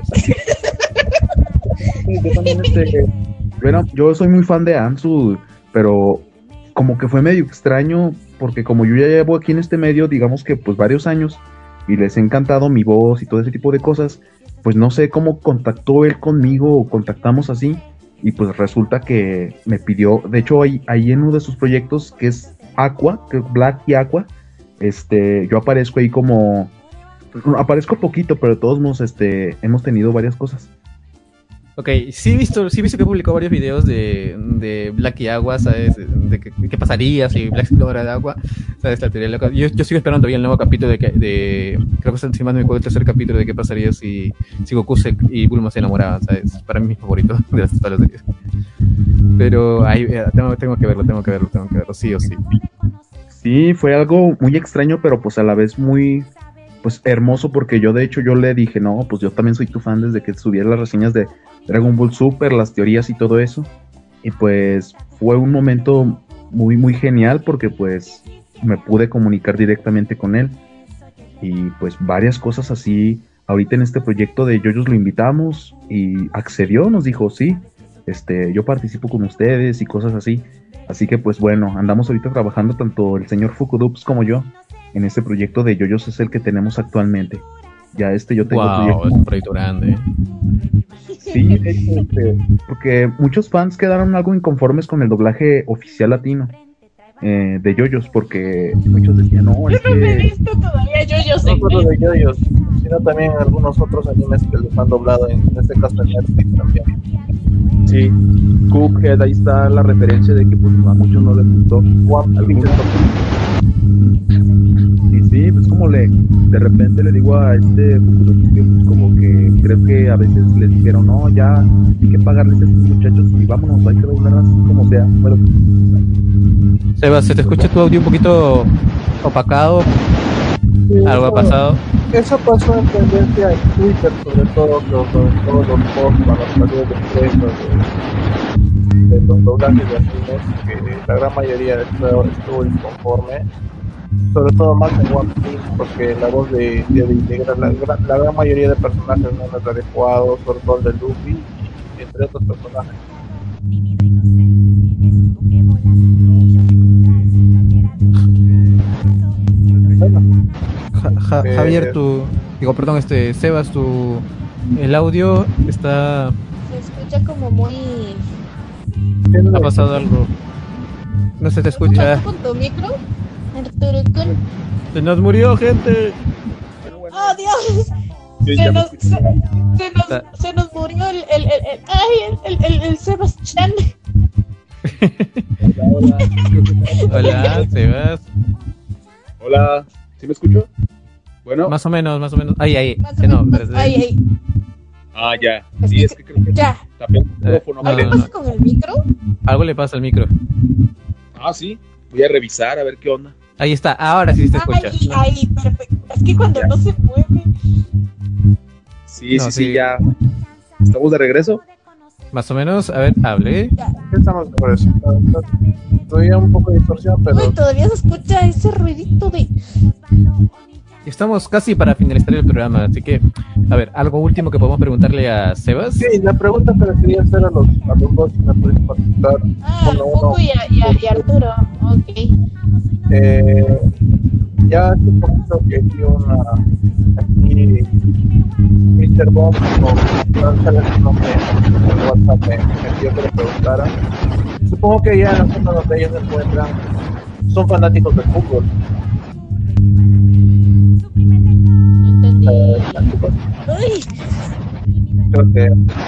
Yo también, yo soy muy fan de Ansu, pero como que fue medio extraño, porque como yo ya llevo aquí en este medio, digamos que pues varios años, y les ha encantado mi voz y todo ese tipo de cosas, pues no sé cómo contactó él conmigo o contactamos así, y pues resulta que me pidió, de hecho ahí en uno de sus proyectos que es Aqua, que es Black y Aqua, yo aparezco ahí como, aparezco poquito, pero de todos modos hemos tenido varias cosas. Ok, sí he visto que publicó varios videos de Black y Agua, ¿sabes? De qué pasaría si Black se logra de agua, ¿sabes? La teoría loca. Yo sigo esperando todavía el nuevo capítulo creo que es, si más no me acuerdo, el tercer capítulo de qué pasaría si Goku y Bulma se enamoraban, ¿sabes? Para mí es mi favorito de las todas las series. Pero ahí tengo que verlo, sí o sí. Sí, fue algo muy extraño, pero pues a la vez muy... pues hermoso, porque yo le dije, no, pues yo también soy tu fan desde que subiera las reseñas de Dragon Ball Super, las teorías y todo eso, y pues fue un momento muy muy genial, porque pues me pude comunicar directamente con él, y pues varias cosas así. Ahorita en este proyecto de JoJo's lo invitamos, y accedió, nos dijo, sí, yo participo con ustedes y cosas así que pues bueno, andamos ahorita trabajando tanto el señor Fukudups como yo en este proyecto de JoJo's, es el que tenemos actualmente. Ya yo tengo es un proyecto grande. Sí, porque muchos fans quedaron algo inconformes con el doblaje oficial latino de JoJo's, porque muchos decían, no, yo no me he visto todavía JoJo's. No solo de JoJo's, sino también algunos otros animes que los han doblado, en este caso en Netflix también. Sí, Cuphead, ahí está la referencia de que pues, a muchos no les gustó. Sí, pues como de repente le digo a Fukuroshi que pues como que creo que a veces les dijeron, no, ya hay que pagarles a estos muchachos y vámonos, hay que doblar así como sea. Pero... Sebas, ¿se te escucha tu audio un poquito opacado? ¿Algo ha pasado? Eso pasó en tendencia en Twitter, sobre todo los posts para los salidos de prensa de los doblajes de animes, que la gran mayoría estuvo disconforme, sobre todo más en One Piece, porque la voz de la gran mayoría de personajes no es adecuado, sobre todo el de Luffy, y entre otros personajes. Bueno, Javier, Sebas, el audio está... Se escucha como muy... Ha pasado algo. No se te escucha. ¿Con tu micro? Arturo Kun. Se nos murió, gente. ¡Oh, Dios! Se nos murió el Sebastián. Hola, Sebas. Hola, ¿sí me escucho? Bueno. Más o menos. Ahí. Ahí. Ah, ya. Sí, es que creo que ya. Tapé el micrófono. ¿Qué pasa con el micro? Algo le pasa al micro. Ah, sí. Voy a revisar a ver qué onda. Ahí está, ahora sí se escucha. Ahí, perfecto. Es que cuando no se mueve. Sí, ya. ¿Estamos de regreso? Más o menos, a ver, hable. Ya estamos de regreso. Todavía un poco de distorsión, pero... Uy, todavía se escucha ese ruidito de... Estamos casi para finalizar el programa, así que, a ver, ¿algo último que podemos preguntarle a Sebas? Sí, la pregunta que le quería hacer a los dos, si me pueden contestar. Al Fuku y Arturo, ok. Ya hace poquito que vi aquí Mr. Bomb, o no sé su nombre, en WhatsApp me pidió que le preguntara. Supongo que ya en la zona donde ellos se encuentran son fanáticos del fútbol. Creo que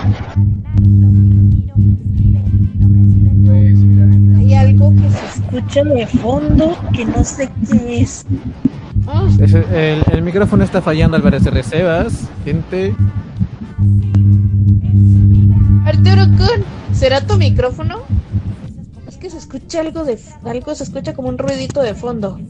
hay algo que se escucha de fondo que no sé qué es. El micrófono está fallando al parecer, Sebas, gente. Arturo Kun, ¿será tu micrófono? Es que se escucha algo se escucha como un ruidito de fondo.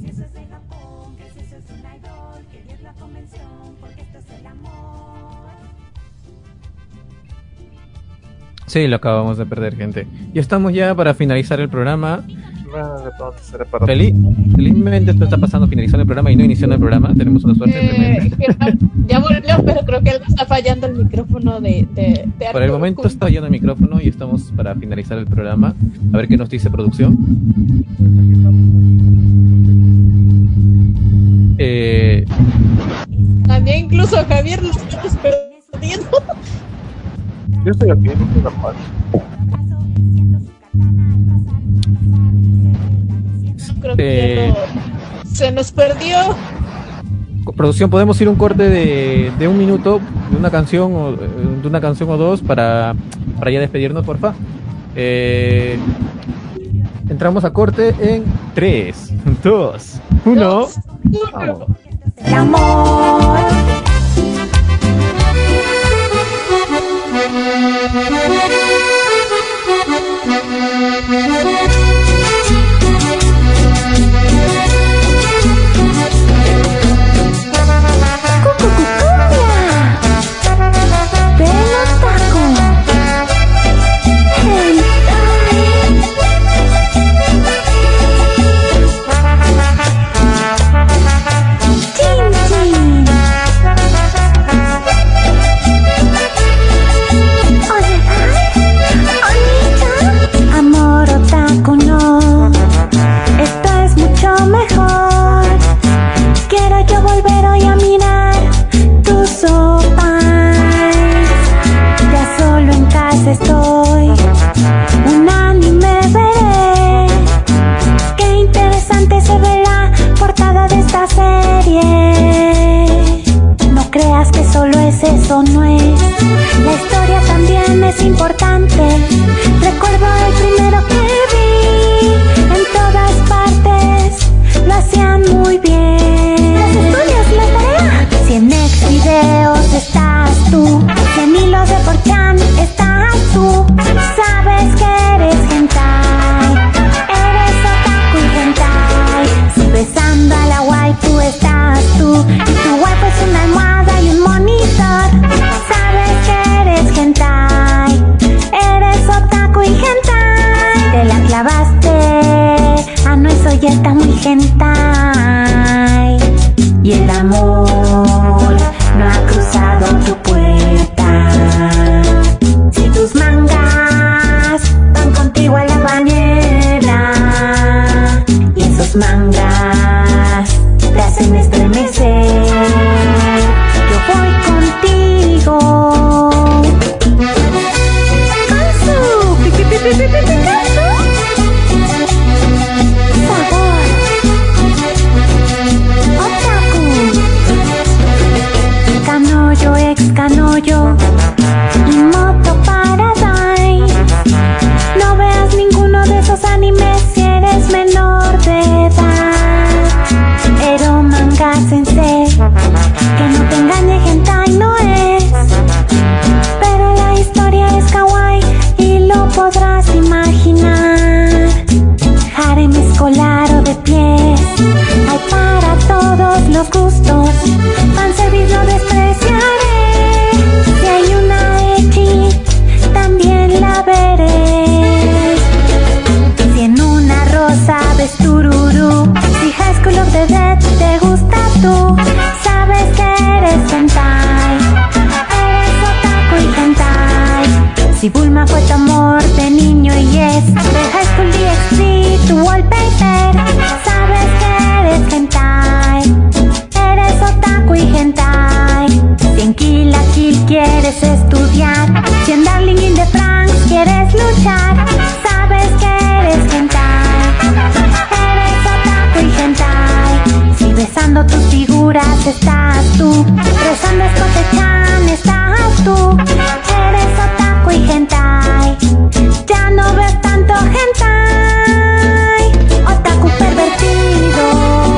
Sí, lo acabamos de perder, gente. Y estamos ya para finalizar el programa. Felizmente esto está pasando finalizando el programa y no iniciando el programa. Tenemos una suerte tremenda. Ya volvió, pero creo que algo está fallando el micrófono de Por el momento está fallando el micrófono y estamos para finalizar el programa. A ver qué nos dice producción. También incluso a Javier lo estamos perdiendo. Yo estoy aquí, no estoy normal. Creo que se nos perdió. Producción, podemos ir a un corte de un minuto de una canción o dos para ya despedirnos, porfa. Entramos a corte en 3, 2, 1. Vamos. El amor. Estoy, un anime veré. Qué interesante se ve la portada de esta serie. No creas que solo es eso, no es. La historia también es importante. Recuerdo el primero que vi. En todas partes lo hacían muy bien. Los estudios, la tarea. Si en Next Videos estás tú, si en hilos de 4chan estás tú, sabes que eres hentai, eres otaku y hentai. Si besando a la waifu estás tú, y tu waifu es una almohada y un monitor, sabes que eres hentai, eres otaku y hentai. Te la clavaste, no, eso ya está muy hentai. Si Bulma fue tu amor de niño y es de High School DxD, tu wallpaper. Sabes que eres hentai, eres otaku y hentai. Si en Kill la Kill quieres estudiar, si en Darling in the Franxx quieres luchar, sabes que eres hentai, eres otaku y hentai. Si besando tus figuras estás tú, rezando Scotty-chan estás tú, eres otaku y hentai. Ya no ves tanto hentai, otaku pervertido.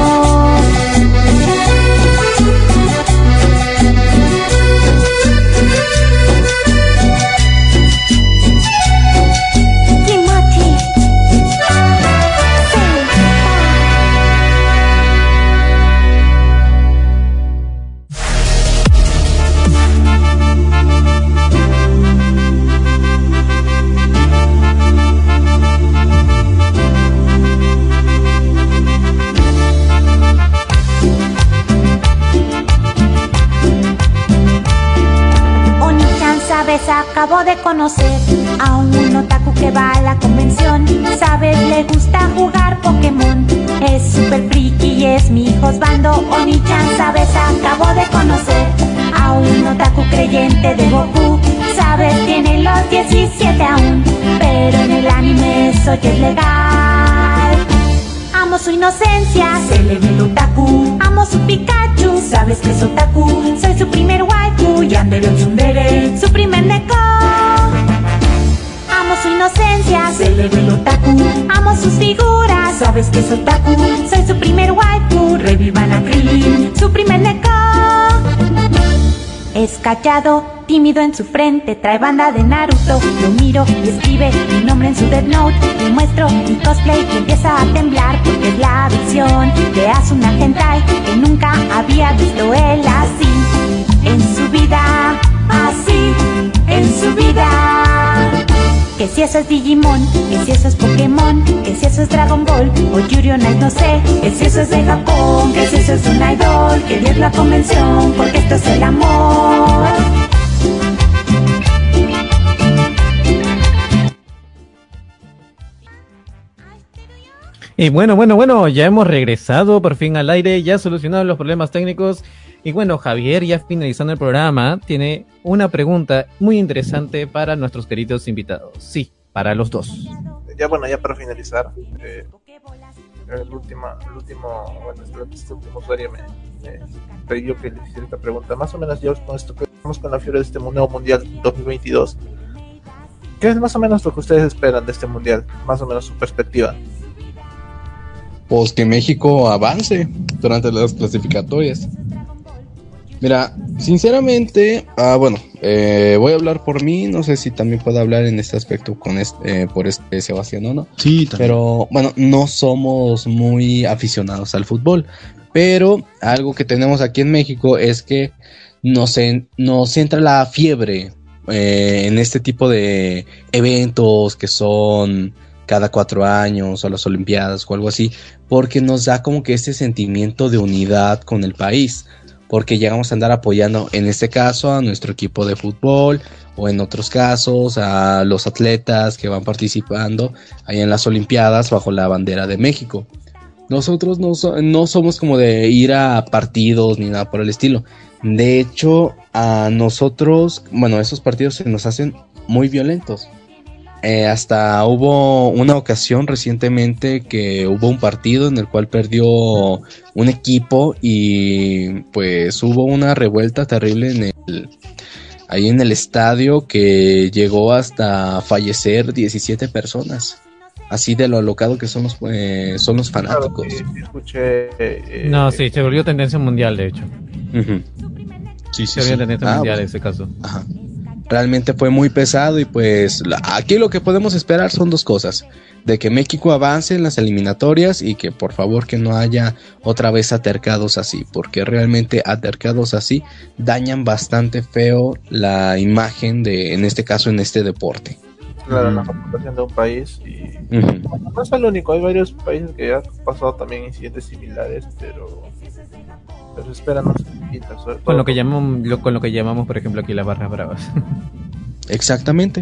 Acabo de conocer a un otaku que va a la convención. Sabes, le gusta jugar Pokémon. Es super friki y es mi hijo Osvaldo. Oni-chan, sabes, acabo de conocer a un otaku creyente de Goku. Sabes, tiene los 17 aún, pero en el anime eso ya es legal. Amo su inocencia, se le ve el otaku. Amo su Pikachu, sabes que es otaku. Soy su primer waifu, Yandere un tsundere, su primer neko. Amo su inocencia, se le ve el otaku. Amo sus figuras, sabes que es otaku. Soy su primer waifu, revivan a Krillin, su primer neko. Es callado, tímido en su frente, trae banda de Naruto. Lo miro y escribe mi nombre en su Death Note. Le muestro mi cosplay y empieza a temblar, porque es la visión de Asuna hentai que nunca había visto él así en su vida, así en su vida. Que si eso es Digimon, que si eso es Pokémon, que si eso es Dragon Ball o Yuri on Ice, no sé. Que si eso es de Japón, que si eso es un idol, que Dios la convención, porque esto es el amor. Y bueno, ya hemos regresado por fin al aire, ya solucionado los problemas técnicos. Y bueno, Javier, ya finalizando el programa, tiene una pregunta muy interesante para nuestros queridos invitados. Sí, para los dos. Ya para finalizar, este último usuario me pidió que le hiciera esta pregunta. Más o menos ya con esto que vamos con la fiebre de este nuevo Mundial 2022. ¿Qué es más o menos lo que ustedes esperan de este Mundial? Más o menos su perspectiva. Pues que México avance durante las clasificatorias. Mira, sinceramente, voy a hablar por mí, no sé si también puedo hablar en este aspecto por Sebastián o no. Sí, también. Pero bueno, no somos muy aficionados al fútbol, pero algo que tenemos aquí en México es que nos entra la fiebre en este tipo de eventos que son cada 4 años o las Olimpiadas o algo así, porque nos da como que este sentimiento de unidad con el país, porque llegamos a andar apoyando en este caso a nuestro equipo de fútbol o en otros casos a los atletas que van participando ahí en las Olimpiadas bajo la bandera de México. Nosotros no somos como de ir a partidos ni nada por el estilo. De hecho, a nosotros, esos partidos se nos hacen muy violentos. Hasta hubo una ocasión recientemente que hubo un partido en el cual perdió un equipo y pues hubo una revuelta terrible ahí en el estadio que llegó hasta fallecer 17 personas. Así de lo alocado que son los fanáticos. Claro, sí, escuché, sí, se volvió tendencia mundial, de hecho. Uh-huh. Sí. Se volvió tendencia mundial en ese caso. Ajá. Realmente fue muy pesado y pues aquí lo que podemos esperar son 2 cosas: de que México avance en las eliminatorias y que por favor que no haya otra vez altercados así, porque realmente altercados así dañan bastante feo la imagen en este caso en este deporte. Claro, la reputación de un país y no es el único, hay varios países que ya han pasado también incidentes similares, pero esperan no con lo que llamamos por ejemplo aquí las barras bravas. Exactamente.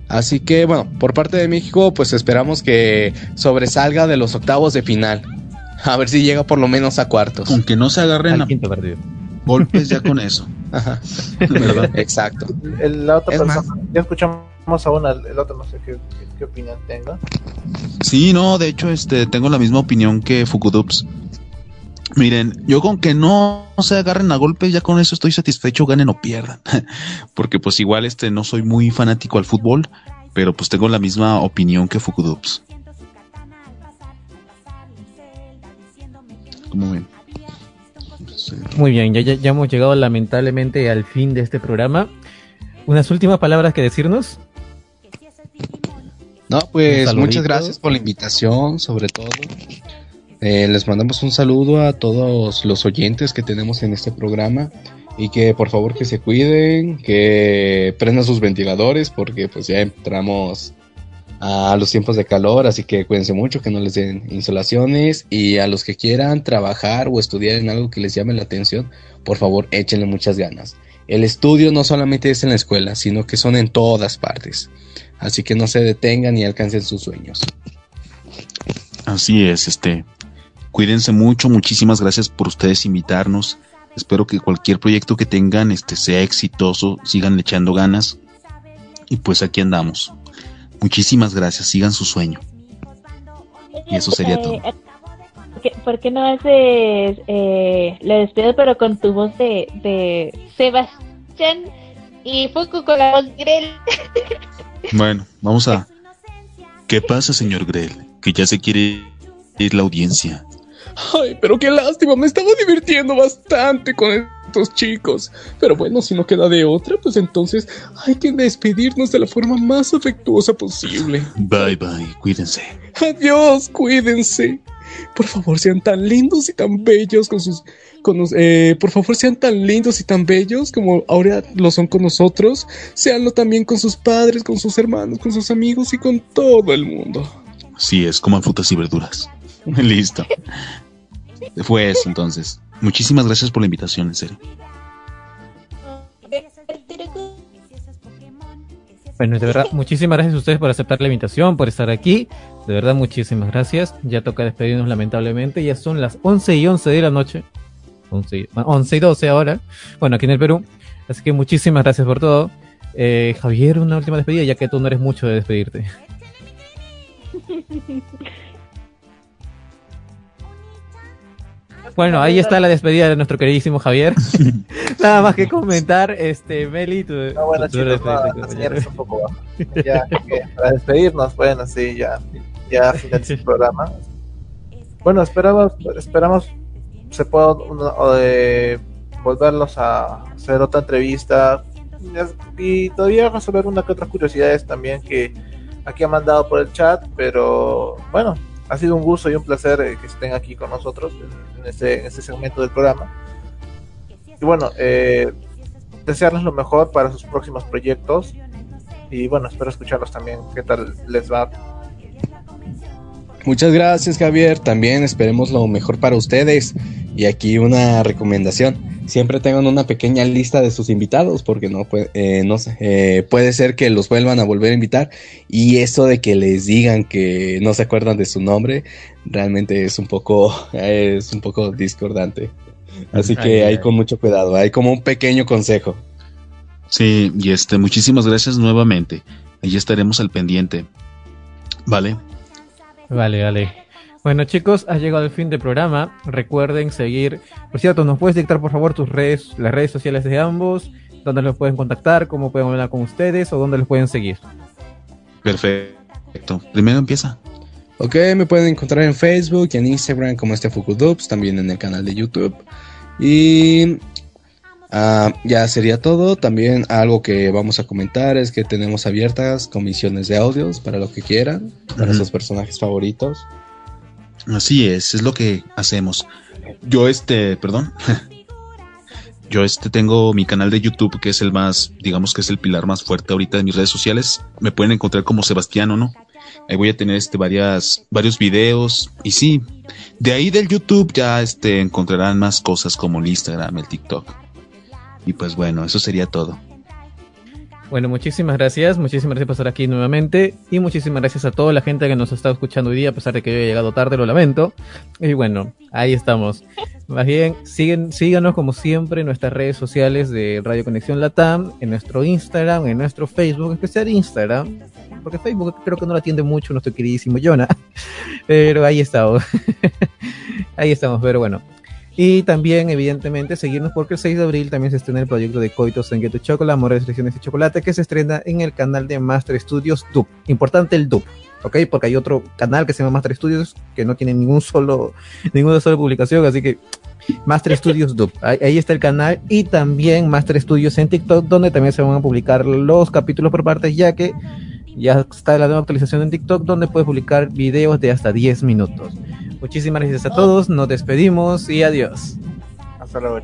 Así que bueno, por parte de México, pues esperamos que sobresalga de los octavos de final. A ver si llega por lo menos a cuartos. Aunque no se agarren al quinto partido. Golpes ya con eso. Ajá. ¿Verdad? Exacto. La otra persona, ya escuchamos a una, el otro no sé qué opinión tenga. Sí, no, de hecho, tengo la misma opinión que Fukudups. Miren, yo con que no se agarren a golpes, ya con eso estoy satisfecho, ganen o pierdan. Porque pues igual no soy muy fanático al fútbol, pero pues tengo la misma opinión que Fukudups. ¿Cómo ven? Muy bien, ya hemos llegado lamentablemente al fin de este programa. ¿Unas últimas palabras que decirnos? No, pues muchas gracias por la invitación, sobre todo. Les mandamos un saludo a todos los oyentes que tenemos en este programa y que por favor que se cuiden, que prendan sus ventiladores porque pues ya entramos a los tiempos de calor, así que cuídense mucho, que no les den insolaciones, y a los que quieran trabajar o estudiar en algo que les llame la atención, por favor échenle muchas ganas. El estudio no solamente es en la escuela, sino que son en todas partes, así que no se detengan y alcancen sus sueños. Así es, cuídense mucho, muchísimas gracias por ustedes invitarnos. Espero que cualquier proyecto que tengan sea exitoso, sigan echando ganas y pues aquí andamos. Muchísimas gracias, sigan su sueño. Y eso sería todo. ¿Por qué no haces lo despido pero con tu voz de Sebastián y Fuku con la voz Grell? Bueno, vamos a... ¿Qué pasa, señor Grell? Que ya se quiere ir la audiencia. Ay, pero qué lástima, me estaba divirtiendo bastante con estos chicos. Pero bueno, si no queda de otra, pues entonces hay que despedirnos de la forma más afectuosa posible. Bye, bye, cuídense. Adiós, cuídense. Por favor, sean tan lindos y tan bellos por favor, sean tan lindos y tan bellos como ahora lo son con nosotros. Seanlo también con sus padres, con sus hermanos, con sus amigos y con todo el mundo. Así es, coman frutas y verduras. Listo. Fue eso entonces. Muchísimas gracias por la invitación, en serio. Bueno, de verdad, muchísimas gracias a ustedes por aceptar la invitación, por estar aquí. De verdad, muchísimas gracias. Ya toca despedirnos lamentablemente. Ya son las 11:11 de la noche. 11:12 ahora. Bueno, aquí en el Perú. Así que muchísimas gracias por todo. Javier, una última despedida, ya que tú no eres mucho de despedirte. Bueno, ahí está la despedida de nuestro queridísimo Javier. Nada más que comentar, Meli, tú... No, bueno, chicos, la señal es un poco baja. Ya, para despedirnos, bueno, sí, ya finalizó el programa. Bueno, esperamos se pueda volverlos a hacer otra entrevista y todavía resolver una que otras curiosidades también que aquí han mandado por el chat, pero bueno, ha sido un gusto y un placer que estén aquí con nosotros en este segmento del programa. Y bueno, desearles lo mejor para sus próximos proyectos. Y bueno, espero escucharlos también. ¿Qué tal les va? Muchas gracias, Javier. También esperemos lo mejor para ustedes. Y aquí una recomendación: siempre tengan una pequeña lista de sus invitados, porque puede ser que los vuelvan a volver a invitar. Y eso de que les digan que no se acuerdan de su nombre, realmente es un poco discordante. Así que hay con mucho cuidado. Hay como un pequeño consejo. Sí, y muchísimas gracias nuevamente. Ahí estaremos al pendiente. ¿Vale? Vale. Bueno, chicos, ha llegado el fin del programa. Recuerden seguir. Por cierto, ¿nos puedes dictar por favor las redes sociales de ambos? ¿Dónde los pueden contactar? ¿Cómo pueden hablar con ustedes? ¿O dónde los pueden seguir? Perfecto. Primero empieza. Ok, me pueden encontrar en Facebook y en Instagram como Fukudups, también en el canal de YouTube. Y ya sería todo. También algo que vamos a comentar es que tenemos abiertas comisiones de audios para lo que quieran, para sus personajes favoritos. Así es lo que hacemos. Yo tengo mi canal de YouTube, que es el más, digamos que es el pilar más fuerte ahorita de mis redes sociales. Me pueden encontrar como Sebastián, ¿no? Ahí voy a tener varios videos. Y sí, de ahí del YouTube ya encontrarán más cosas como el Instagram, el TikTok. Y pues bueno, eso sería todo. Bueno, muchísimas gracias por estar aquí nuevamente y muchísimas gracias a toda la gente que nos ha estado escuchando hoy día, a pesar de que yo haya llegado tarde, lo lamento. Y bueno, ahí estamos. Más bien, síganos como siempre en nuestras redes sociales de Radio Conexión Latam, en nuestro Instagram, en nuestro Facebook, especial Instagram, porque Facebook creo que no lo atiende mucho nuestro queridísimo Jonah, pero ahí estamos. Ahí estamos, pero bueno. Y también, evidentemente, seguirnos porque el 6 de abril también se estrena el proyecto de Coito Sengeto Chocolate, Amores, Selecciones y Chocolate, que se estrena en el canal de Master Studios Dub. Importante el Dub, ¿ok? Porque hay otro canal que se llama Master Studios que no tiene ninguna sola publicación, así que Master Studios Dub. Ahí está el canal. Y también Master Studios en TikTok, donde también se van a publicar los capítulos por partes, ya que ya está la nueva actualización en TikTok, donde puedes publicar videos de hasta 10 minutos. Muchísimas gracias a todos, nos despedimos y adiós. Hasta luego.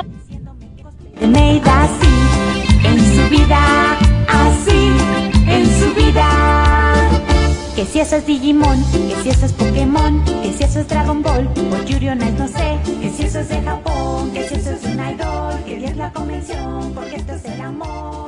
Made así en su vida, así en su vida. Que si eso es Digimon, que si eso es Pokémon, que si eso es Dragon Ball o Yuri on Ice, no sé. Que si eso es de Japón, que si eso es un idol, que 10 la convención, porque esto es el amor.